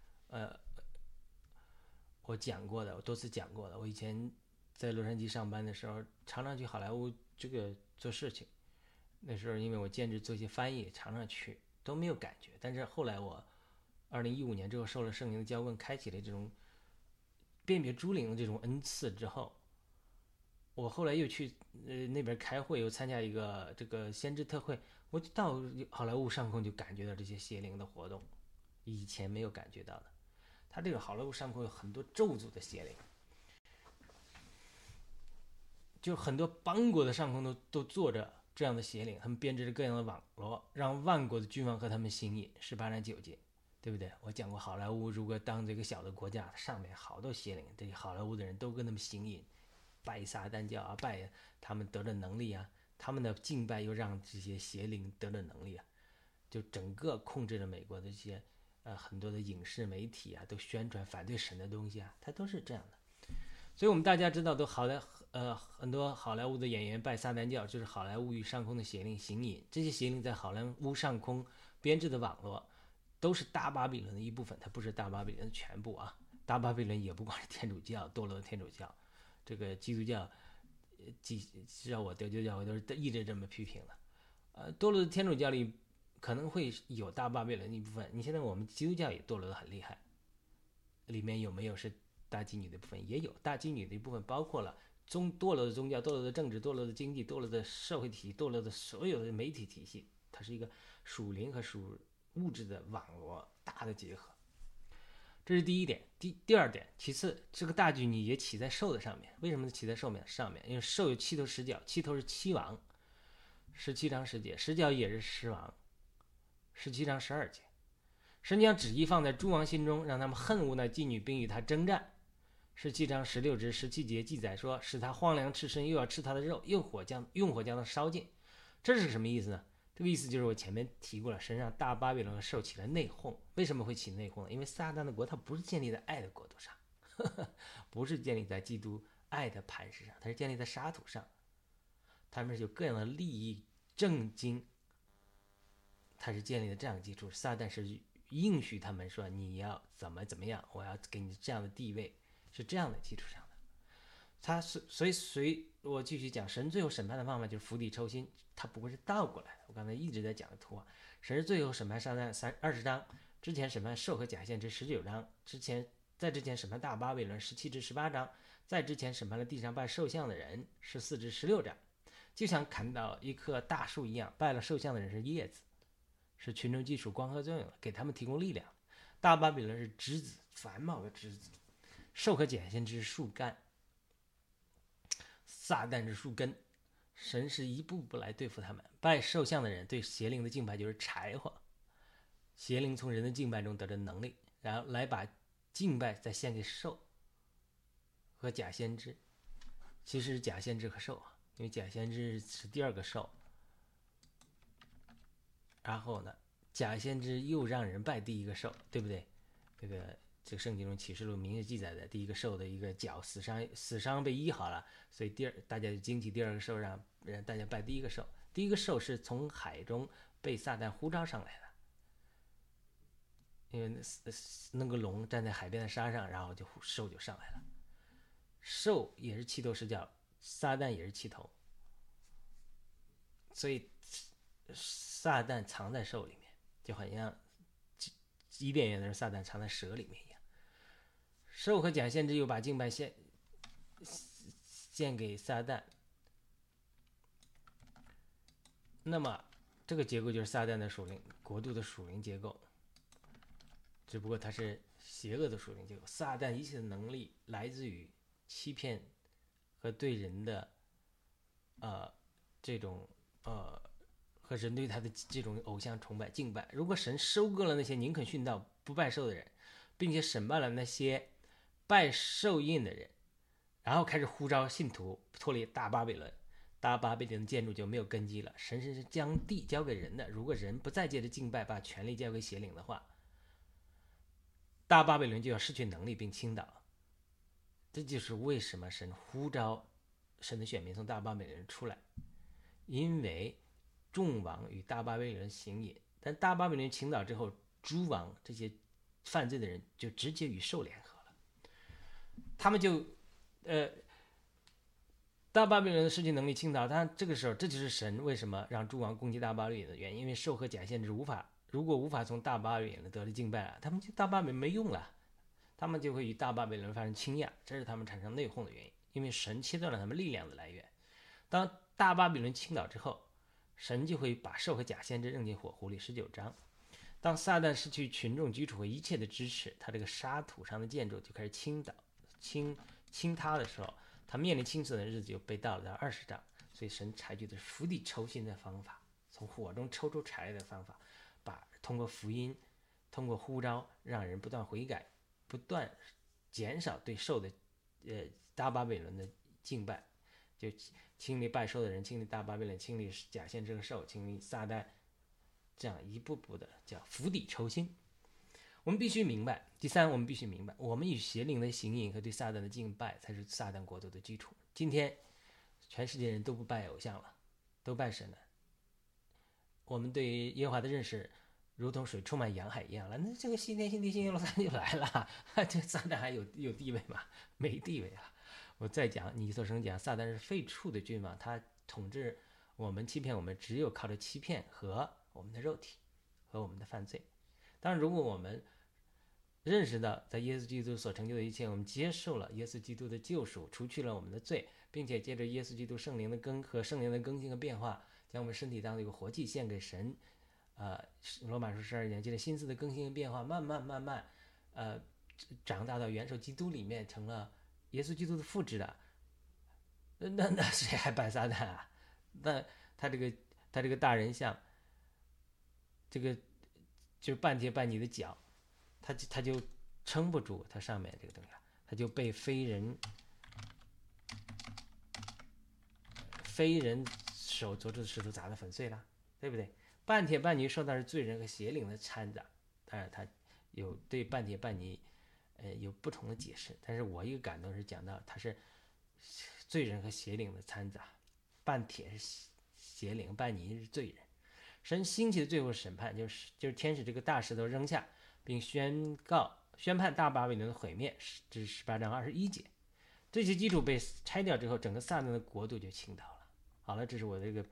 我讲过的，我多次讲过的。我以前在洛杉矶上班的时候，常常去好莱坞这个做事情。那时候因为我兼职做一些翻译，常常去都没有感觉。但是后来我2015年之后受了圣灵的浇灌，开启了这种辨别诸灵的这种恩赐之后，我后来又去那边开会，又参加一个这个先知特会，我就到好莱坞上空就感觉到这些邪灵的活动，以前没有感觉到的。他这个好莱坞上空有很多咒诅的邪灵，就很多邦国的上空都坐着这样的邪灵，他们编织着各样的网络，让万国的君王和他们行淫，18章9节，对不对？我讲过，好莱坞如果当这个小的国家，上面好多邪灵，这好莱坞的人都跟他们行淫，拜撒旦教啊，拜他们得了能力啊，他们的敬拜又让这些邪灵得了能力啊，就整个控制了美国的这些很多的影视媒体啊，都宣传反对神的东西啊，它都是这样的。所以我们大家知道，很多好莱坞的演员拜撒旦教，就是好莱坞与上空的邪灵行淫。这些邪灵在好莱坞上空编织的网络，都是大巴比伦的一部分，它不是大巴比伦的全部啊。大巴比伦也不光是天主教，堕落的天主教，这个基督教，至少我得救教会都是一直这么批评的。堕落的天主教里可能会有大巴比伦的一部分。你现在我们基督教也堕落的很厉害，里面有没有是大妓女的部分？也有大妓女的一部分，包括了堕落的宗教、堕落的政治、堕落的经济、堕落的社会体系、堕落的所有的媒体体系，它是一个属灵和属物质的网络大的结合。这是第一点。第二点，其次，这个大妓女也骑在兽的上面。为什么骑在兽上面？因为兽有7头10角，7头是7王， 17章10节，十角也是狮王，17章12节。神将旨意放在诸王心中，让他们恨恶那妓女，并与他征战。17章16至17节记载说，使他荒凉赤身，又要吃他的肉，用火将他烧尽。这是什么意思呢？这个意思就是我前面提过了，神让大巴比伦受起了内讧。为什么会起内讧呢？因为撒旦的国它不是建立在爱的国度上，不是建立在基督爱的磐石上，它是建立在沙土上。他们是有各样的利益政经，它是建立在这样的基础。撒旦是应许他们说你要怎么样，我要给你这样的地位，是这样的基础上的。所以我继续讲，神最后审判的方法就是釜底抽薪，它不会是倒过来的。我刚才一直在讲的图画，神是最后审判撒旦20章，之前审判兽和假先知19章，在之前审判大巴比伦17至18章，在之前审判了地上拜兽像的人14至16章。就像砍倒一棵大树一样，拜了兽像的人是叶子，是群众基础光合作用的，给他们提供力量。大巴比伦是枝子，繁茂的枝子，兽和假先知是树干，撒旦是树根。神是一步步来对付他们。拜兽像的人对邪灵的敬拜就是柴火，邪灵从人的敬拜中得着能力，然后来把敬拜再献给兽和假先知。其实是假先知和兽，因为假先知是第二个兽。然后呢，假先知又让人拜第一个兽，对不对？这个圣经中启示录明确记载的第一个兽的一个脚死伤被医好了，所以大家就惊奇第二个兽，让大家拜第一个兽。第一个兽是从海中被撒旦呼召上来的，因为那个龙站在海边的沙上，然后兽就上来了。兽也是七头十角，撒旦也是七头，所以撒旦藏在兽里面，就好像伊甸园的撒旦藏在蛇里面一样。兽和假先知又把敬拜献给撒旦，那么这个结构就是撒旦的属灵国度的属灵结构，只不过它是邪恶的属灵结构。撒旦一切的能力来自于欺骗和对人的这种和人对他的这种偶像崇拜敬拜。如果神收割了那些宁肯殉道不拜兽的人，并且审判了那些拜兽印的人，然后开始呼召信徒脱离大巴比伦，大巴比伦的建筑就没有根基了。神是将地交给人的，如果人不再接着敬拜，把权力交给邪灵的话，大巴比伦就要失去能力并倾倒。这就是为什么神呼召神的选民从大巴比伦出来，因为众王与大巴比伦行淫，但大巴比伦倾倒之后，诸王这些犯罪的人就直接与兽联合了，他们就大巴比伦的失去能力倾倒。但这个时候，这就是神为什么让诸王攻击大巴比伦的原因，因为兽和假先知如果无法从大巴比伦得到敬拜了，他们就大巴比伦没用了，他们就会与大巴比伦发生倾轧，这是他们产生内讧的原因，因为神切断了他们力量的来源。当大巴比伦倾倒之后，神就会把兽和假先知扔进火湖里，19章。当撒旦失去群众基础和一切的支持，他这个沙土上的建筑就开始倾塌的时候，他面临倾死的日子就被到了到20章。所以神采取的是釜底抽薪的方法，从火中抽出柴来的方法，通过福音，通过呼召，让人不断悔改，不断减少对兽的大巴比伦的敬拜，就清理拜兽的人，清理大巴比伦，清理假先知和兽，清理撒旦，这样一步步的叫釜底抽薪。我们必须明白，第三，我们必须明白，我们与邪灵的行淫和对撒旦的敬拜才是撒旦国度的基础。今天全世界人都不拜偶像了，都拜神了。我们对于耶和华的认识如同水充满洋海一样了，那这个新天新地新耶路撒冷就来了，这撒旦还有地位吗？没地位啊！我再讲，尼索生讲，撒旦是废黜的君王，他统治我们，欺骗我们，只有靠着欺骗和我们的肉体和我们的犯罪。当然，如果我们认识到在耶稣基督所成就的一切，我们接受了耶稣基督的救赎，除去了我们的罪，并且借着耶稣基督圣灵的更新和变化，将我们身体当作一个活祭献给神。罗马书12年，借着心思的更新和变化，慢慢长大到元首基督里面，成了耶稣基督的复制的。那谁还拜撒旦啊？那他他这个大人像，这个就是半铁半泥的脚，他就撑不住它上面这个东西，他就被非人手捉住的石头砸得粉碎了，对不对？半铁半泥受到是罪人和邪灵的掺杂，当然他有对半铁半泥有不同的解释，但是我一个感动是讲到它是罪人和邪灵的掺杂，半铁是邪灵，半泥是罪人。神兴起的最后审判就是天使这个大石头扔下，并宣判大巴比伦的毁灭，这是18章21节。这些基础被拆掉之后，整个撒旦的国度就倾倒了。好了，这是我这个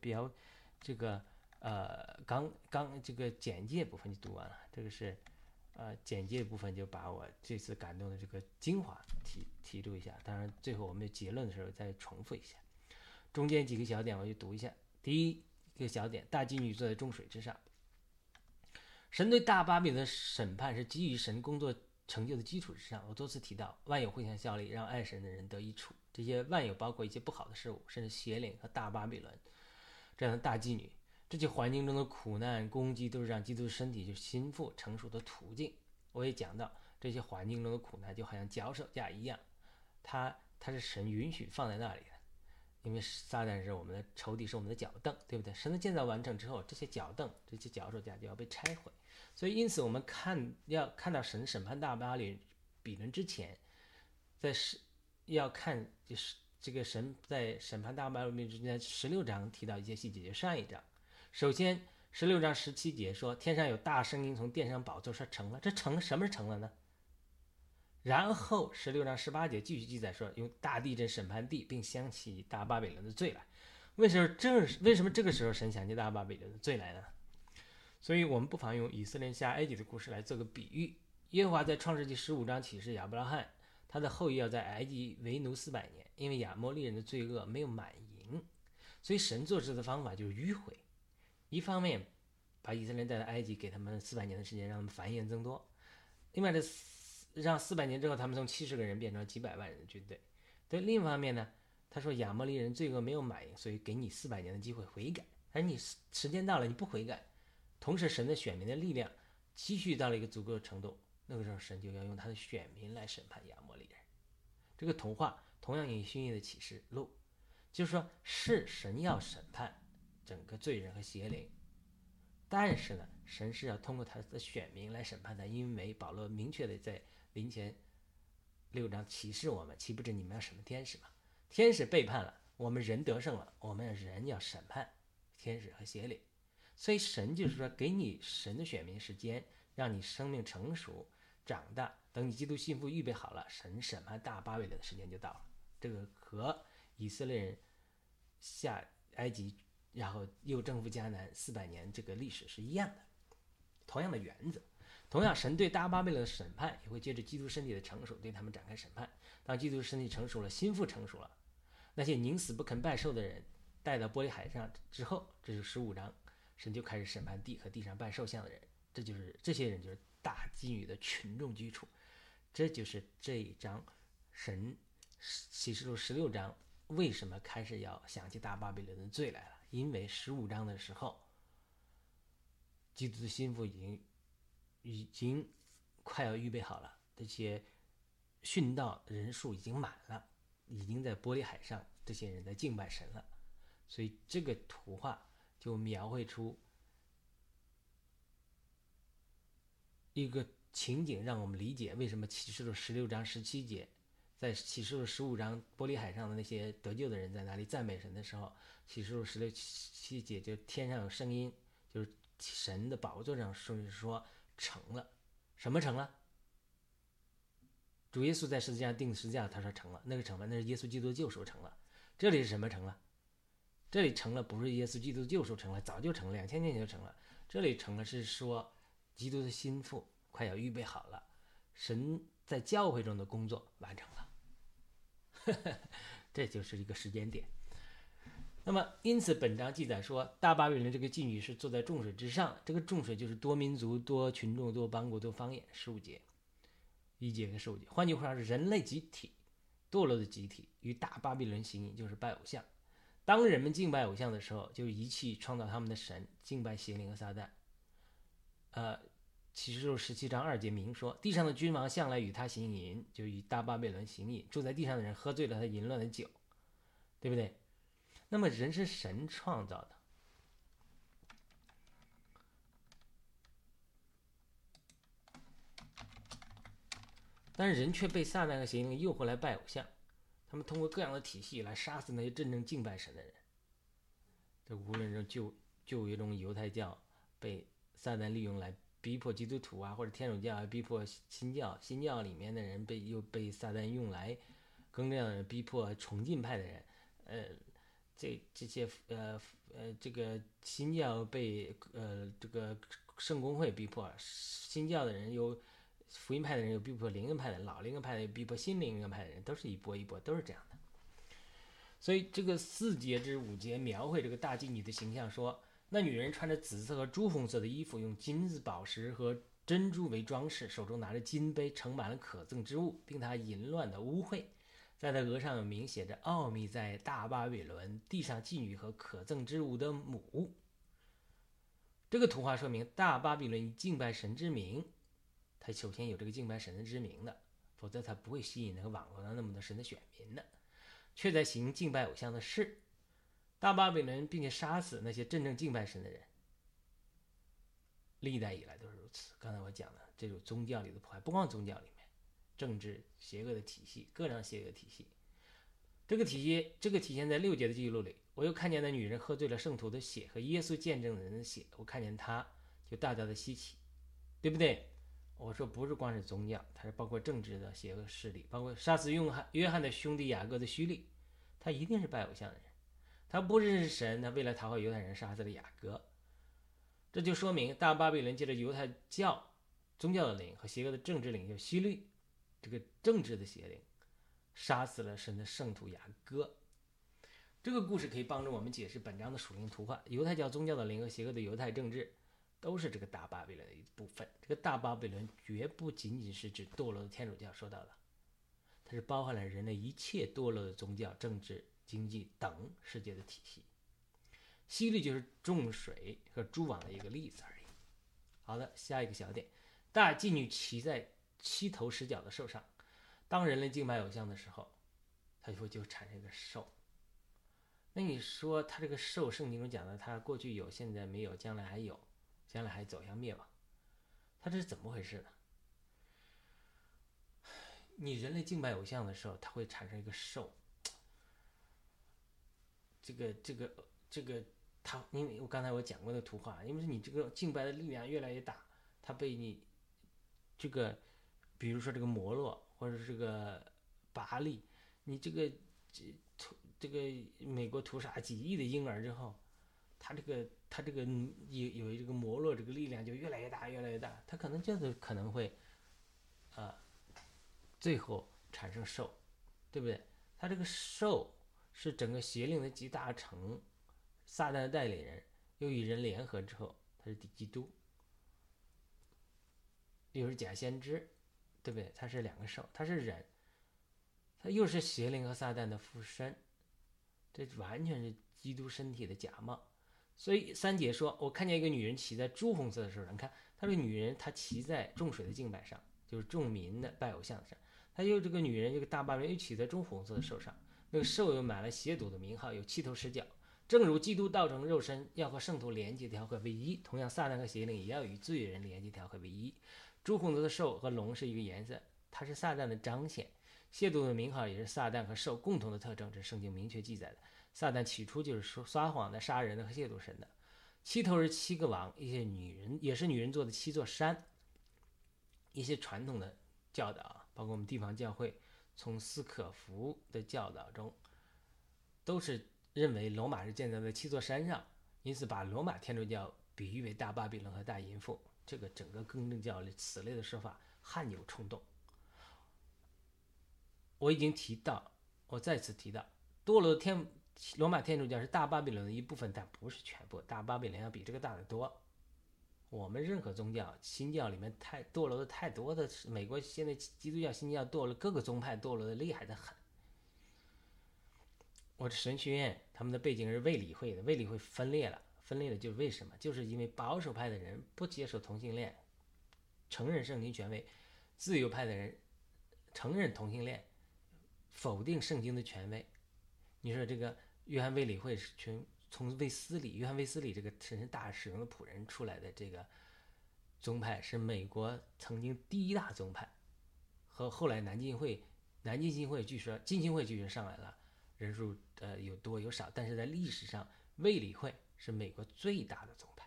这个简介部分就读完了。这个是简介部分就把我这次感动的这个精华提出一下。当然最后我们结论的时候再重复一下。中间几个小点我就读一下。第一个小点，大妓女坐在众水之上。神对大巴比伦的审判是基于神工作成就的基础之上。我多次提到，万有互相效力，让爱神的人得益处。这些万有包括一些不好的事物，甚至邪灵和大巴比伦这样的大妓女。这些环境中的苦难、攻击，都是让基督身体就心腹成熟的途径。我也讲到，这些环境中的苦难就好像脚手架一样，它是神允许放在那里的。因为撒旦是我们的仇敌，是我们的脚凳，对不对？神的建造完成之后，这些脚凳、这些脚手架就要被拆毁。所以，因此我们要看到神审判大巴比伦之前，要看就是这个神在审判大巴比伦之前，16章提到一些细节，就上一章。首先，16章17节说，天上有大声音从殿上宝座说成了，什么是成了呢？然后16章18节继续记载说，用大地震审判地，并想起大巴比伦的罪来。为什么这个时候神想起大巴比伦的罪来呢？所以我们不妨用以色列下埃及的故事来做个比喻。耶和华在创世纪15章启示亚伯拉罕，他的后裔要在埃及为奴400年，因为亚摩利人的罪恶没有满盈，所以神做事的方法就是迂回。一方面把以色列人带到埃及，给他们400年的时间，让他们繁衍增多；另外让400年之后，他们从70个人变成几百万人的军队。对，另一方面呢，他说亚摩利人罪恶没有满盈，所以给你400年的机会悔改。而你时间到了，你不悔改，同时神的选民的力量积蓄到了一个足够的程度，那个时候神就要用他的选民来审判亚摩利人。这个童话同样以新约的启示录，就是说是神要审判整个罪人和邪灵，但是呢，神是要通过他的选民来审判他，因为保罗明确的在林前6章启示我们，岂不知你们要审判天使吗？天使背叛了，我们人得胜了，我们人要审判天使和邪灵。所以神就是说，给你神的选民时间，让你生命成熟长大，等你基督信服预备好了，神审判大巴比伦的时间就到了。这个和以色列人下埃及，然后又征服迦南400年这个历史是一样的，同样的原则。同样，神对大巴比伦的审判也会借着基督身体的成熟对他们展开审判。当基督身体成熟了，心腹成熟了，那些宁死不肯拜寿的人带到玻璃海上之后，这是15章，神就开始审判地和地上拜寿像的人。这些人就是大妓女的群众基础。这就是这一章神启示录16章为什么开始要想起大巴比伦的罪来了，因为15章的时候，基督的心腹已经快要预备好了，这些殉道人数已经满了，已经在玻璃海上，这些人在敬拜神了。所以这个图画就描绘出一个情景，让我们理解为什么启示录16章17节，在启示录15章玻璃海上的那些得救的人在哪里赞美神的时候，启示录16、17节就天上有声音，就是神的宝座上说成了。什么成了？主耶稣在十字架钉十字架，他说成了，那个成了，那是耶稣基督的救赎成了。这里是什么成了？这里成了不是耶稣基督的救赎成了，早就成了，2000年前就成了。这里成了是说基督的心腹快要预备好了，神在教会中的工作完成了。这就是一个时间点。那么因此本章记载说，大巴比伦这个妓女是坐在众水之上，这个众水就是多民族、多群众、多邦国、多方言。15节1节和15节，换句话说，是人类集体堕落的集体与大巴比伦行淫，就是拜偶像。 当人们敬拜偶像的时候，就遗弃创造他们的神，敬拜邪灵和撒旦。启示录17章2节明说，地上的君王向来与他行淫，就与大巴比伦行淫，住在地上的人喝醉了他淫乱的酒，对不对？那么人是神创造的，但是人却被撒旦和邪灵诱惑来拜偶像，他们通过各样的体系来杀死那些真正敬拜神的人。这无论是旧约中犹太教被撒旦利用来逼迫基督徒啊，或者天主教逼迫新教，新教里面的人又被撒旦用来更这样的逼迫崇敬派的人，这个新教被这个圣公会逼迫，新教的人有福音派的人有逼迫灵恩派的人，老灵恩派的有逼迫新灵恩派的人，都是一波一波，都是这样的。所以这个4节至5节描绘这个大妓女的形象，说那女人穿着紫色和朱红色的衣服，用金子、宝石和珍珠为装饰，手中拿着金杯，盛满了可憎之物，并她淫乱的污秽。在她额上有明写着奥秘在大巴比伦，地上妓女和可憎之物的母。这个图画说明大巴比伦以敬拜神之名，他首先有这个敬拜神的之名的，否则他不会吸引那个网络上那么多神的选民的，却在行敬拜偶像的事。大巴比伦并且杀死那些真正敬拜神的人，历代以来都是如此。刚才我讲的这种宗教里的破坏，不光宗教里面，政治邪恶的体系，各样邪恶的体系，这个体现在6节的记录里。我又看见那女人喝醉了圣徒的血和耶稣见证的人的血，我看见她就大大的稀奇，对不对？我说不是光是宗教，它是包括政治的邪恶势力，包括杀死约翰的兄弟雅各的虚利，他一定是拜偶像的人，他不认识神，他为了讨好犹太人杀死了雅各。这就说明大巴比伦借着犹太教宗教的灵和邪恶的政治领袖希律，这个政治的邪灵杀死了神的圣徒雅各。这个故事可以帮助我们解释本章的属灵图画。犹太教宗教的灵和邪恶的犹太政治都是这个大巴比伦的一部分。这个大巴比伦绝不仅仅是指堕落的天主教说到的，它是包含了人类一切堕落的宗教、政治、经济等世界的体系。希律就是重水和蛛网的一个例子而已。好的，下一个小点，大妓女骑在7头10脚的兽上。当人类敬拜偶像的时候，它就产生一个兽。那你说它这个兽，圣经中讲的，它过去有，现在没有，将来还有，将来还走向灭亡，它这是怎么回事呢？你人类敬拜偶像的时候，它会产生一个兽，这个它，因为刚才我讲过的图画，因为你这个敬拜的力量越来越大，它被你这个，比如说这个摩洛或者这个巴利，你这个美国屠杀几亿的婴儿之后，他这个有这个摩洛这个力量就越来越大，越来越大，他可能会最后产生兽，对不对？他这个兽是整个邪灵的集大成，撒旦的代理人，又与人联合之后，他是敌基督，又是假先知，对不对？他是2个兽，他是人，他又是邪灵和撒旦的附身，这完全是基督身体的假冒。所以3节说，我看见一个女人骑在朱红色的兽上，看她这个女人，她骑在众水的敬拜上，就是众民的拜偶像上。她又这个女人，这个大巴比伦又骑在朱红色的兽上，那个兽又满了邪毒的名号，有7头10脚。正如基督道成肉身要和圣徒连接调和为一，同样撒旦和邪灵也要与罪人连接调和为一。朱红色的兽和龙是一个颜色，它是撒旦的彰显。亵渎的名号也是撒旦和兽共同的特征，这是圣经明确记载的。撒旦起初就是撒谎的、杀人的和亵渎神的。7头是7个王，一些女人也是女人做的7座山。一些传统的教导，包括我们地方教会从斯可夫的教导中，都是认为罗马是建造在7座山上，因此把罗马天主教比喻为大巴比伦和大淫妇。这个整个更正教此类的说法罕有冲动。我已经提到，我再次提到，堕落的罗马天主教是大巴比伦的一部分，但不是全部。大巴比伦要比这个大得多。我们任何宗教，新教里面堕落的太多的，美国现在基督教、新教堕落，各个宗派堕落的厉害的很。 我的神学院他们的背景是卫理会的，卫理会分裂了，分裂的就是为什么？就是因为保守派的人不接受同性恋，承认圣经权威；自由派的人承认同性恋，否定圣经的权威。你说这个约翰卫理会是从约翰卫斯理这个神圣大使用的仆人出来的这个宗派，是美国曾经第一大宗派，和后来南京浸会据说上来了，人数有多有少，但是在历史上卫理会是美国最大的宗派。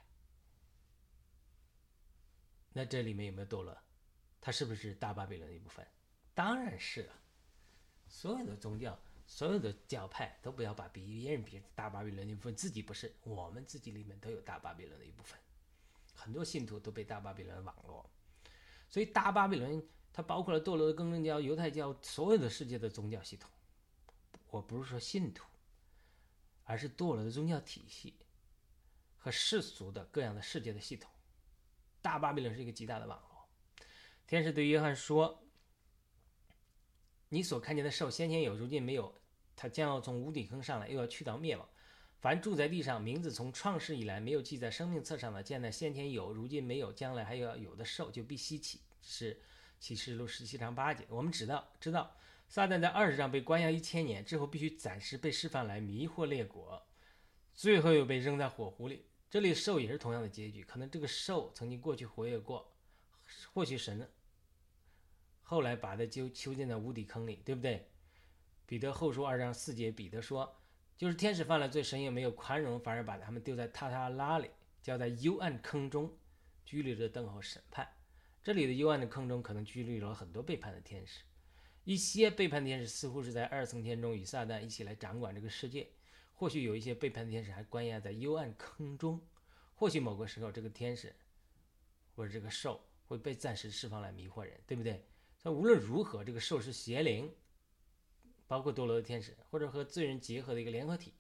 那这里面有没有堕落？它是不是大巴比伦的一部分？当然是了。所有的宗教，所有的教派都不要把别人比大巴比伦的一部分，自己不是，我们自己里面都有大巴比伦的一部分。很多信徒都被大巴比伦网络，所以大巴比伦它包括了堕落的更正教、犹太教，所有的世界的宗教系统。我不是说信徒，而是堕落的宗教体系和世俗的各样的世界的系统。大巴比伦是一个极大的网络。天使对约翰说：“你所看见的兽，先前有，如今没有，它将要从无底坑上来，又要去到灭亡。凡住在地上，名字从创世以来没有记在生命册上的，见在先前有，如今没有，将来还要有的兽，就必稀奇。”是启示录17章8节。我们知道，撒旦在20章被关押1000年之后，必须暂时被释放来迷惑列国，最后又被扔在火湖里。这里兽也是同样的结局，可能这个兽曾经过去活跃过，或许神后来把它就囚禁在无底坑里，对不对？彼得后书2章4节，彼得说，就是天使犯了罪，神也没有宽容，反而把他们丢在塔塔拉里，交在幽暗坑中，拘留着等候审判。这里的幽暗的坑中可能拘留了很多背叛的天使，一些背叛天使似乎是在2层天中与撒旦一起来掌管这个世界，或许有一些背叛天使还关押在幽暗坑中，或许某个时候这个天使或者这个兽会被暂时释放来迷惑人，对不对？但无论如何，这个兽是邪灵，包括堕落的天使，或者和罪人结合的一个联合体。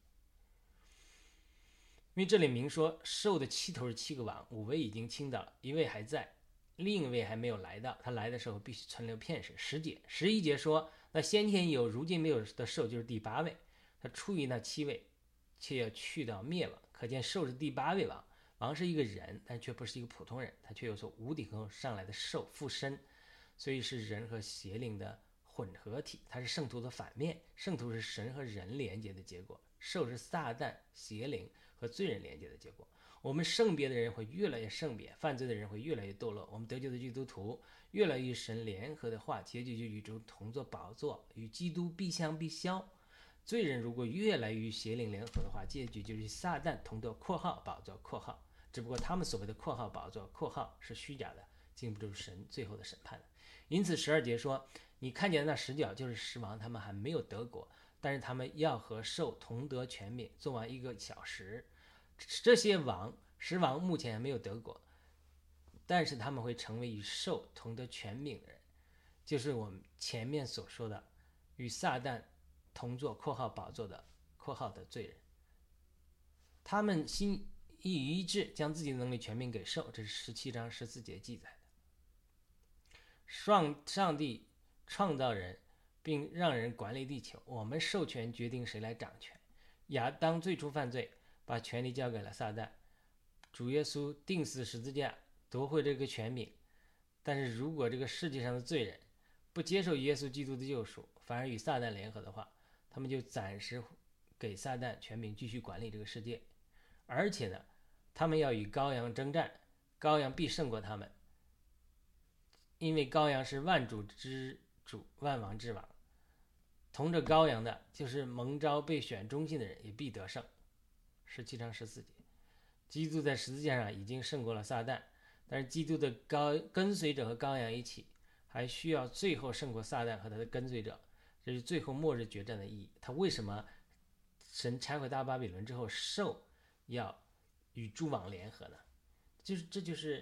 因为这里明说，兽的7头是7个王，5位已经倾倒了，1位还在，另一位还没有来到。他来的时候必须存留片时。11节说，那先前有，如今没有的兽就是第8位，他出于那7位，却要去到灭亡。可见兽是第8位王，王是一个人，但却不是一个普通人，他却有从无底坑上来的兽附身，所以是人和邪灵的混合体，它是圣徒的反面。圣徒是神和人连接的结果，兽是撒旦、邪灵和罪人连接的结果。我们圣别的人会越来越圣别，犯罪的人会越来越堕落。我们得救的基督徒越来越与神联合的话，结局就与主同作宝座，与基督必相必消。罪人如果越来越与邪灵联合的话，结局就是与撒旦同作括号宝座括号，只不过他们所谓的括号宝座括号是虚假的，经不住神最后的审判的。因此12节说，你看见的那10角就是10王，他们还没有得国，但是他们要和兽同得权柄，做完1个小时。这些10王目前还没有得国，但是他们会成为与兽同得权柄的人，就是我们前面所说的与撒旦同坐括号宝座的括号的罪人。他们心意一致，将自己的能力权柄给兽，这是17章14节记载的。上帝创造人并让人管理地球，我们授权决定谁来掌权。亚当最初犯罪，把权力交给了撒旦，主耶稣钉死十字架夺回这个权柄。但是如果这个世界上的罪人不接受耶稣基督的救赎，反而与撒旦联合的话，他们就暂时给撒旦权柄继续管理这个世界。而且呢，他们要与羔羊征战，羔羊必胜过他们，因为羔羊是万主之主，万王之王。同着羔羊的，就是蒙召被选忠心的人，也必得胜。17章14节，基督在十字架上已经胜过了撒旦，但是基督的跟随者和羔羊一起，还需要最后胜过撒旦和他的跟随者，这是最后末日决战的意义。他为什么神拆毁大巴比伦之后，兽要与诸王联合呢？这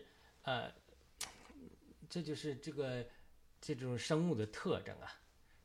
就是这种生物的特征啊。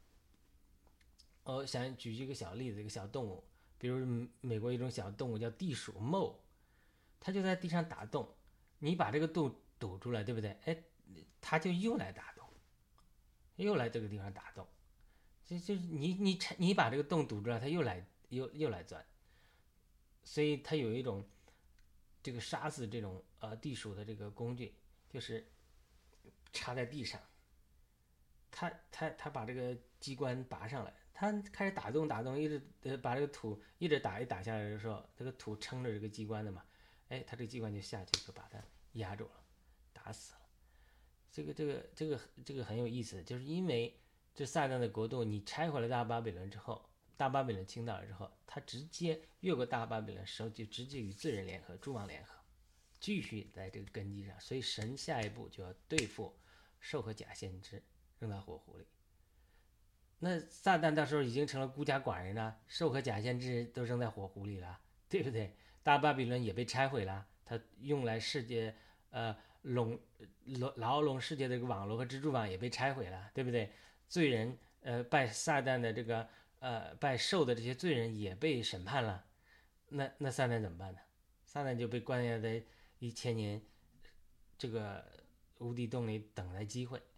我想举一个小例子，一个小动物，比如美国一种小动物叫地鼠 mole， 它就在地上打洞，你把这个洞堵住了，对不对？哎，它就又来打洞，又来这个地方打洞，就是你把这个洞堵住了，它又来又来钻，所以他有一种这个杀死这种地鼠的这个工具，就是插在地上，他把这个机关拔上来，他开始打洞，一直把这个土一直打下来的时候，这个土撑着这个机关的嘛，哎，他这个机关就下去就把它压住了，打死了。这个很有意思，就是因为这撒旦的国度，你拆毁了大巴比伦之后，大巴比伦倾倒了之后，他直接越过大巴比伦时候，就直接与罪人联合、诸王联合，继续在这个根基上。所以神下一步就要对付兽和假先知，扔到火湖里。那撒旦到时候已经成了孤家寡人了，兽和假先知都扔在火湖里了，对不对？大巴比伦也被拆毁了，它用来世界牢笼世界的这个网络和蜘蛛网也被拆毁了，对不对？罪人拜撒旦的这个拜兽的这些罪人也被审判了，那撒旦怎么办呢？撒旦就被关押在1000年这个无底洞里等待机会。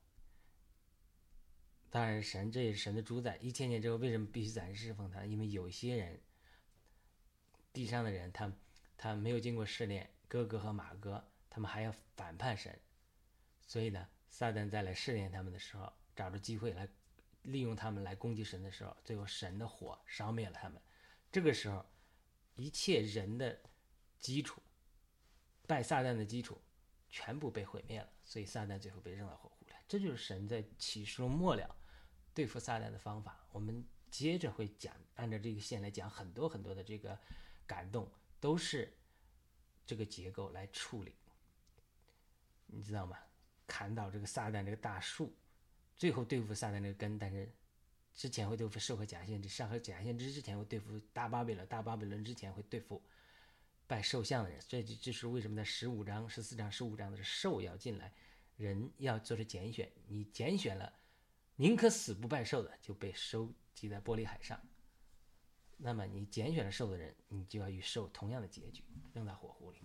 当然神这也是神的主宰，1000年之后为什么必须暂时侍奉他？因为有些人地上的人他没有经过试炼，哥哥和马哥他们还要反叛神，所以呢撒旦再来试炼他们的时候，找着机会来利用他们来攻击神的时候，最后神的火烧灭了他们。这个时候一切人的基础，拜撒旦的基础全部被毁灭了，所以撒旦最后被扔到火湖里。这就是神在启示录末了对付撒旦的方法。我们接着会讲，按照这个线来讲很多很多的这个感动，都是这个结构来处理，你知道吗？砍倒这个撒旦这个大树，最后对付撒旦这个根，但是之前会对付兽和假先知，上和假先知之前会对付大巴比伦，大巴比伦之前会对付拜兽像的人。这是为什么在14章、15章的是兽要进来，人要做出拣选，你拣选了宁可死不拜兽的，就被收集在玻璃海上。那么你拣选了兽的人，你就要与兽同样的结局，扔到火湖里。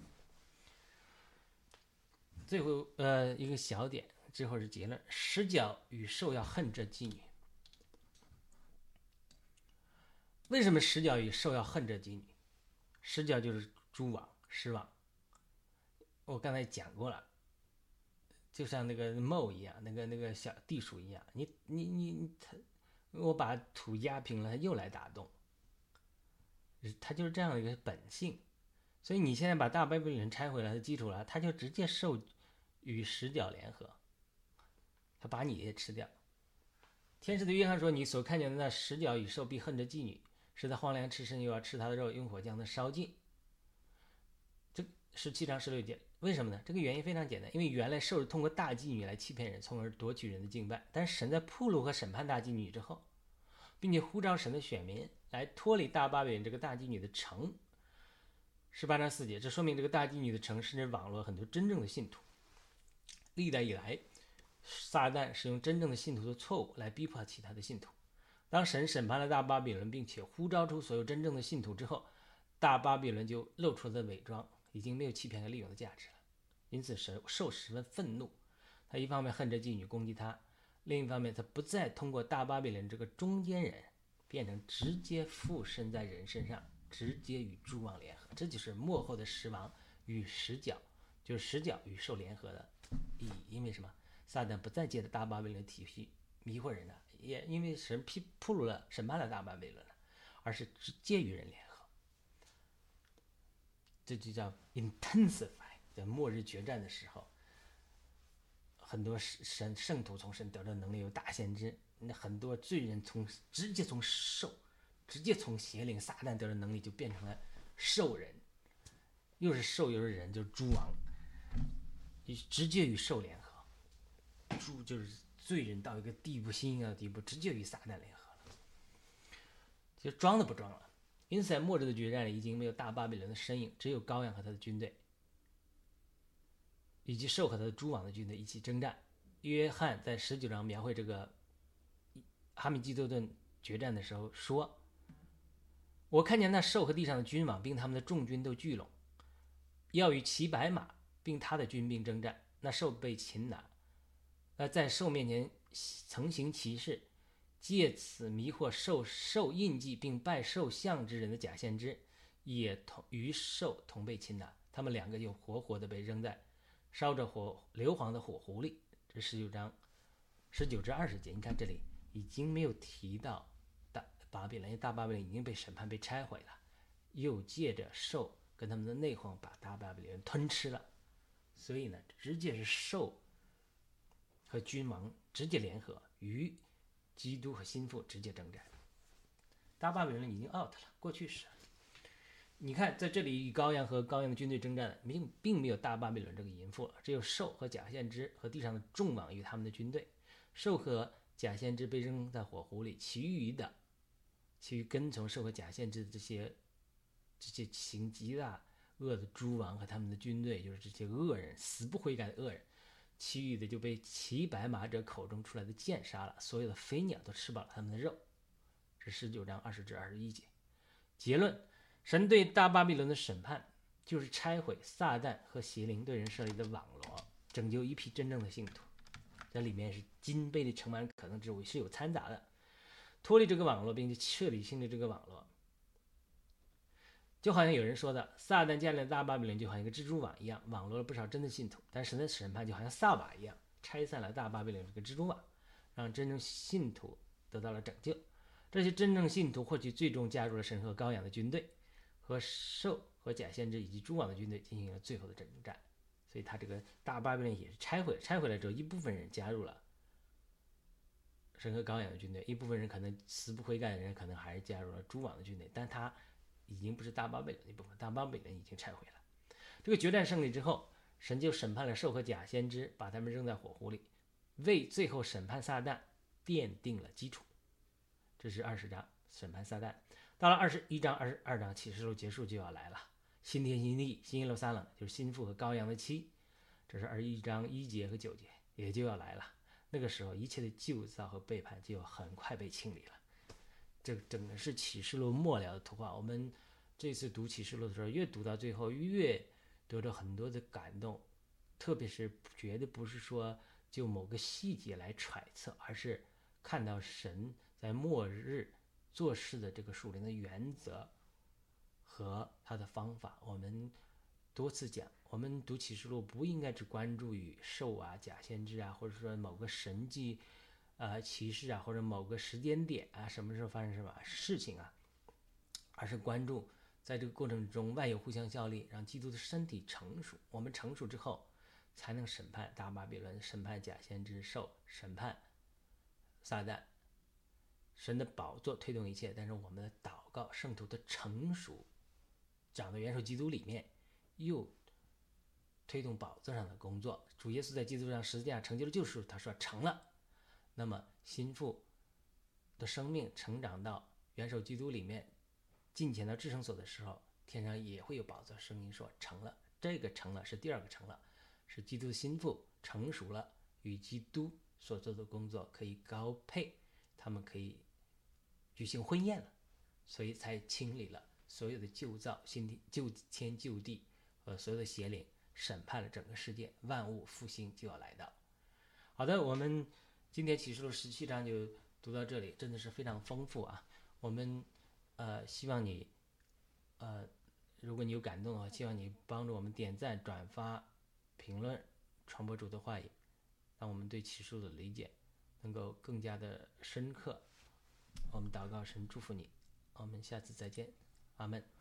最后一个小点，之后是结论：十角与兽要恨这妓女。为什么十角与兽要恨这妓女？十角就是蛛网、狮网。我刚才讲过了，就像那个猫一样，那个小地鼠一样，我把土压平了，它又来打洞，它就是这样的一个本性。所以你现在把大巴比伦拆毁了，它基础了，它就直接受与十角联合，它把你也吃掉。天使对约翰说：“你所看见的那十角与兽必恨着妓女，使他荒凉吃身，又要吃他的肉，用火将他烧尽。”这17章16节，为什么呢？这个原因非常简单，因为原来兽是通过大妓女来欺骗人，从而夺取人的敬拜。但是神在铺路和审判大妓女之后，并且呼召神的选民来脱离大巴比伦这个大妓女的城。18章4节，这说明这个大妓女的城是指网络很多真正的信徒。历代以来，撒旦使用真正的信徒的错误来逼迫其他的信徒。当神审判了大巴比伦，并且呼召出所有真正的信徒之后，大巴比伦就露出了的伪装，已经没有欺骗和利用的价值了。因此兽十分愤怒，他一方面恨着妓女攻击他，另一方面他不再通过大巴比伦这个中间人，变成直接附身在人身上，直接与诸王联合。这就是末后的十王与十角，就是十角与兽联合的意义。因为什么？撒旦不再借着大巴比伦体系迷惑人了，也因为神铺路了，审判了大巴比伦了，而是直接与人联合。这就叫 intensify。在末日决战的时候，很多圣徒从神得到能力，有大先知，那很多罪人直接从兽，直接从邪灵撒旦得到能力，就变成了兽人，又是兽又是人，就是诸王，直接与兽联合。猪就是罪人到一个地步，心硬的地步，直接与撒旦联合了，就装都不装了。因此在末日的决战里，已经没有大巴比伦的身影，只有羔羊和他的军队，以及兽和他的诸王的军队一起征战。约翰在19章描绘这个哈米基多顿决战的时候说：“我看见那兽和地上的君王，并他们的众军都聚拢，要与骑白马并他的军兵征战。那兽被擒拿，在兽面前曾行奇事， 借此迷惑受印记并拜受像之人的假先知，也与兽同被擒拿。他们两个就活活的被扔在烧着硫磺的火湖里。这19章19至20节，你看这里已经没有提到大巴比伦，因为大巴比伦已经被审判被拆毁了，又借着兽跟他们的内讧把大巴比伦吞吃了。所以呢，直接是兽和君王直接联合，与基督和心腹直接征战。大巴比伦已经 out 了，过去式。你看，在这里与羔羊和羔羊的军队征战，并没有大巴比伦这个淫妇了，只有兽和假先知和地上的众王与他们的军队。兽和假先知被扔在火湖里，其余跟从兽和假先知的这些行极大恶的诸王和他们的军队，就是这些恶人，死不悔改的恶人，其余的就被骑白马者口中出来的剑杀了，所有的飞鸟都吃饱了他们的肉。这19章20至21节。结论：神对大巴比伦的审判，就是拆毁撒旦和邪灵对人设立的网罗，拯救一批真正的信徒。这里面是金杯的盛满可能之物，是有掺杂的。脱离这个网络，并且彻底清理这个网络，就好像有人说的，撒旦建立的大巴比伦就好像一个蜘蛛网一样，网罗了不少真的信徒。但神的审判就好像扫把一样，拆散了大巴比伦这个蜘蛛网，让真正信徒得到了拯救。这些真正信徒或许最终加入了神和羔羊的军队，和兽和假先知以及诸王的军队进行了最后的征战。所以他这个大巴比伦也是拆毁了之后，一部分人加入了神和羔羊的军队，一部分人可能死不悔改的人可能还是加入了诸王的军队，但他已经不是大巴比伦的一部分，大巴比伦已经拆毁了。这个决战胜利之后，神就审判了兽和假先知，把他们扔在火湖里，为最后审判撒旦奠定了基础。这是20章审判撒旦。到了21章、22章启示录结束就要来了，新天新地、新耶路撒冷，就是心腹和羔羊的妻。这是21章1节和9节，也就要来了。那个时候，一切的旧造和背叛就要很快被清理了。这整个是启示录末了的图画。我们这次读启示录的时候，越读到最后，越得到很多的感动，特别是绝对不是说就某个细节来揣测，而是看到神在末日做事的这个属灵的原则和他的方法。我们多次讲，我们读启示录不应该只关注于兽啊、假先知啊，或者说某个神迹启示啊，或者某个时间点啊，什么时候发生什么事情啊，而是关注在这个过程中万有互相效力，让基督的身体成熟。我们成熟之后，才能审判大巴比伦，审判假先知兽，审判撒旦。神的宝座推动一切，但是我们的祷告、圣徒的成熟，长在元首基督里面，又推动宝座上的工作。主耶稣在基督上十字架成就了救赎，他说成了。那么心腹的生命成长到元首基督里面，进前到至圣所的时候，天上也会有宝座声音说成了。这个成了是第二个成了，是基督的心腹成熟了，与基督所做的工作可以高配，他们可以举行婚宴了，所以才清理了所有的旧造、旧天旧地和所有的邪灵，审判了整个世界，万物复兴就要来到。好的，我们今天启示录17章就读到这里，真的是非常丰富啊。我们希望你如果你有感动的话，希望你帮助我们点赞、转发、评论，传播主的话语，让我们对启示录的理解能够更加的深刻。我们祷告神祝福你，我们下次再见，阿门。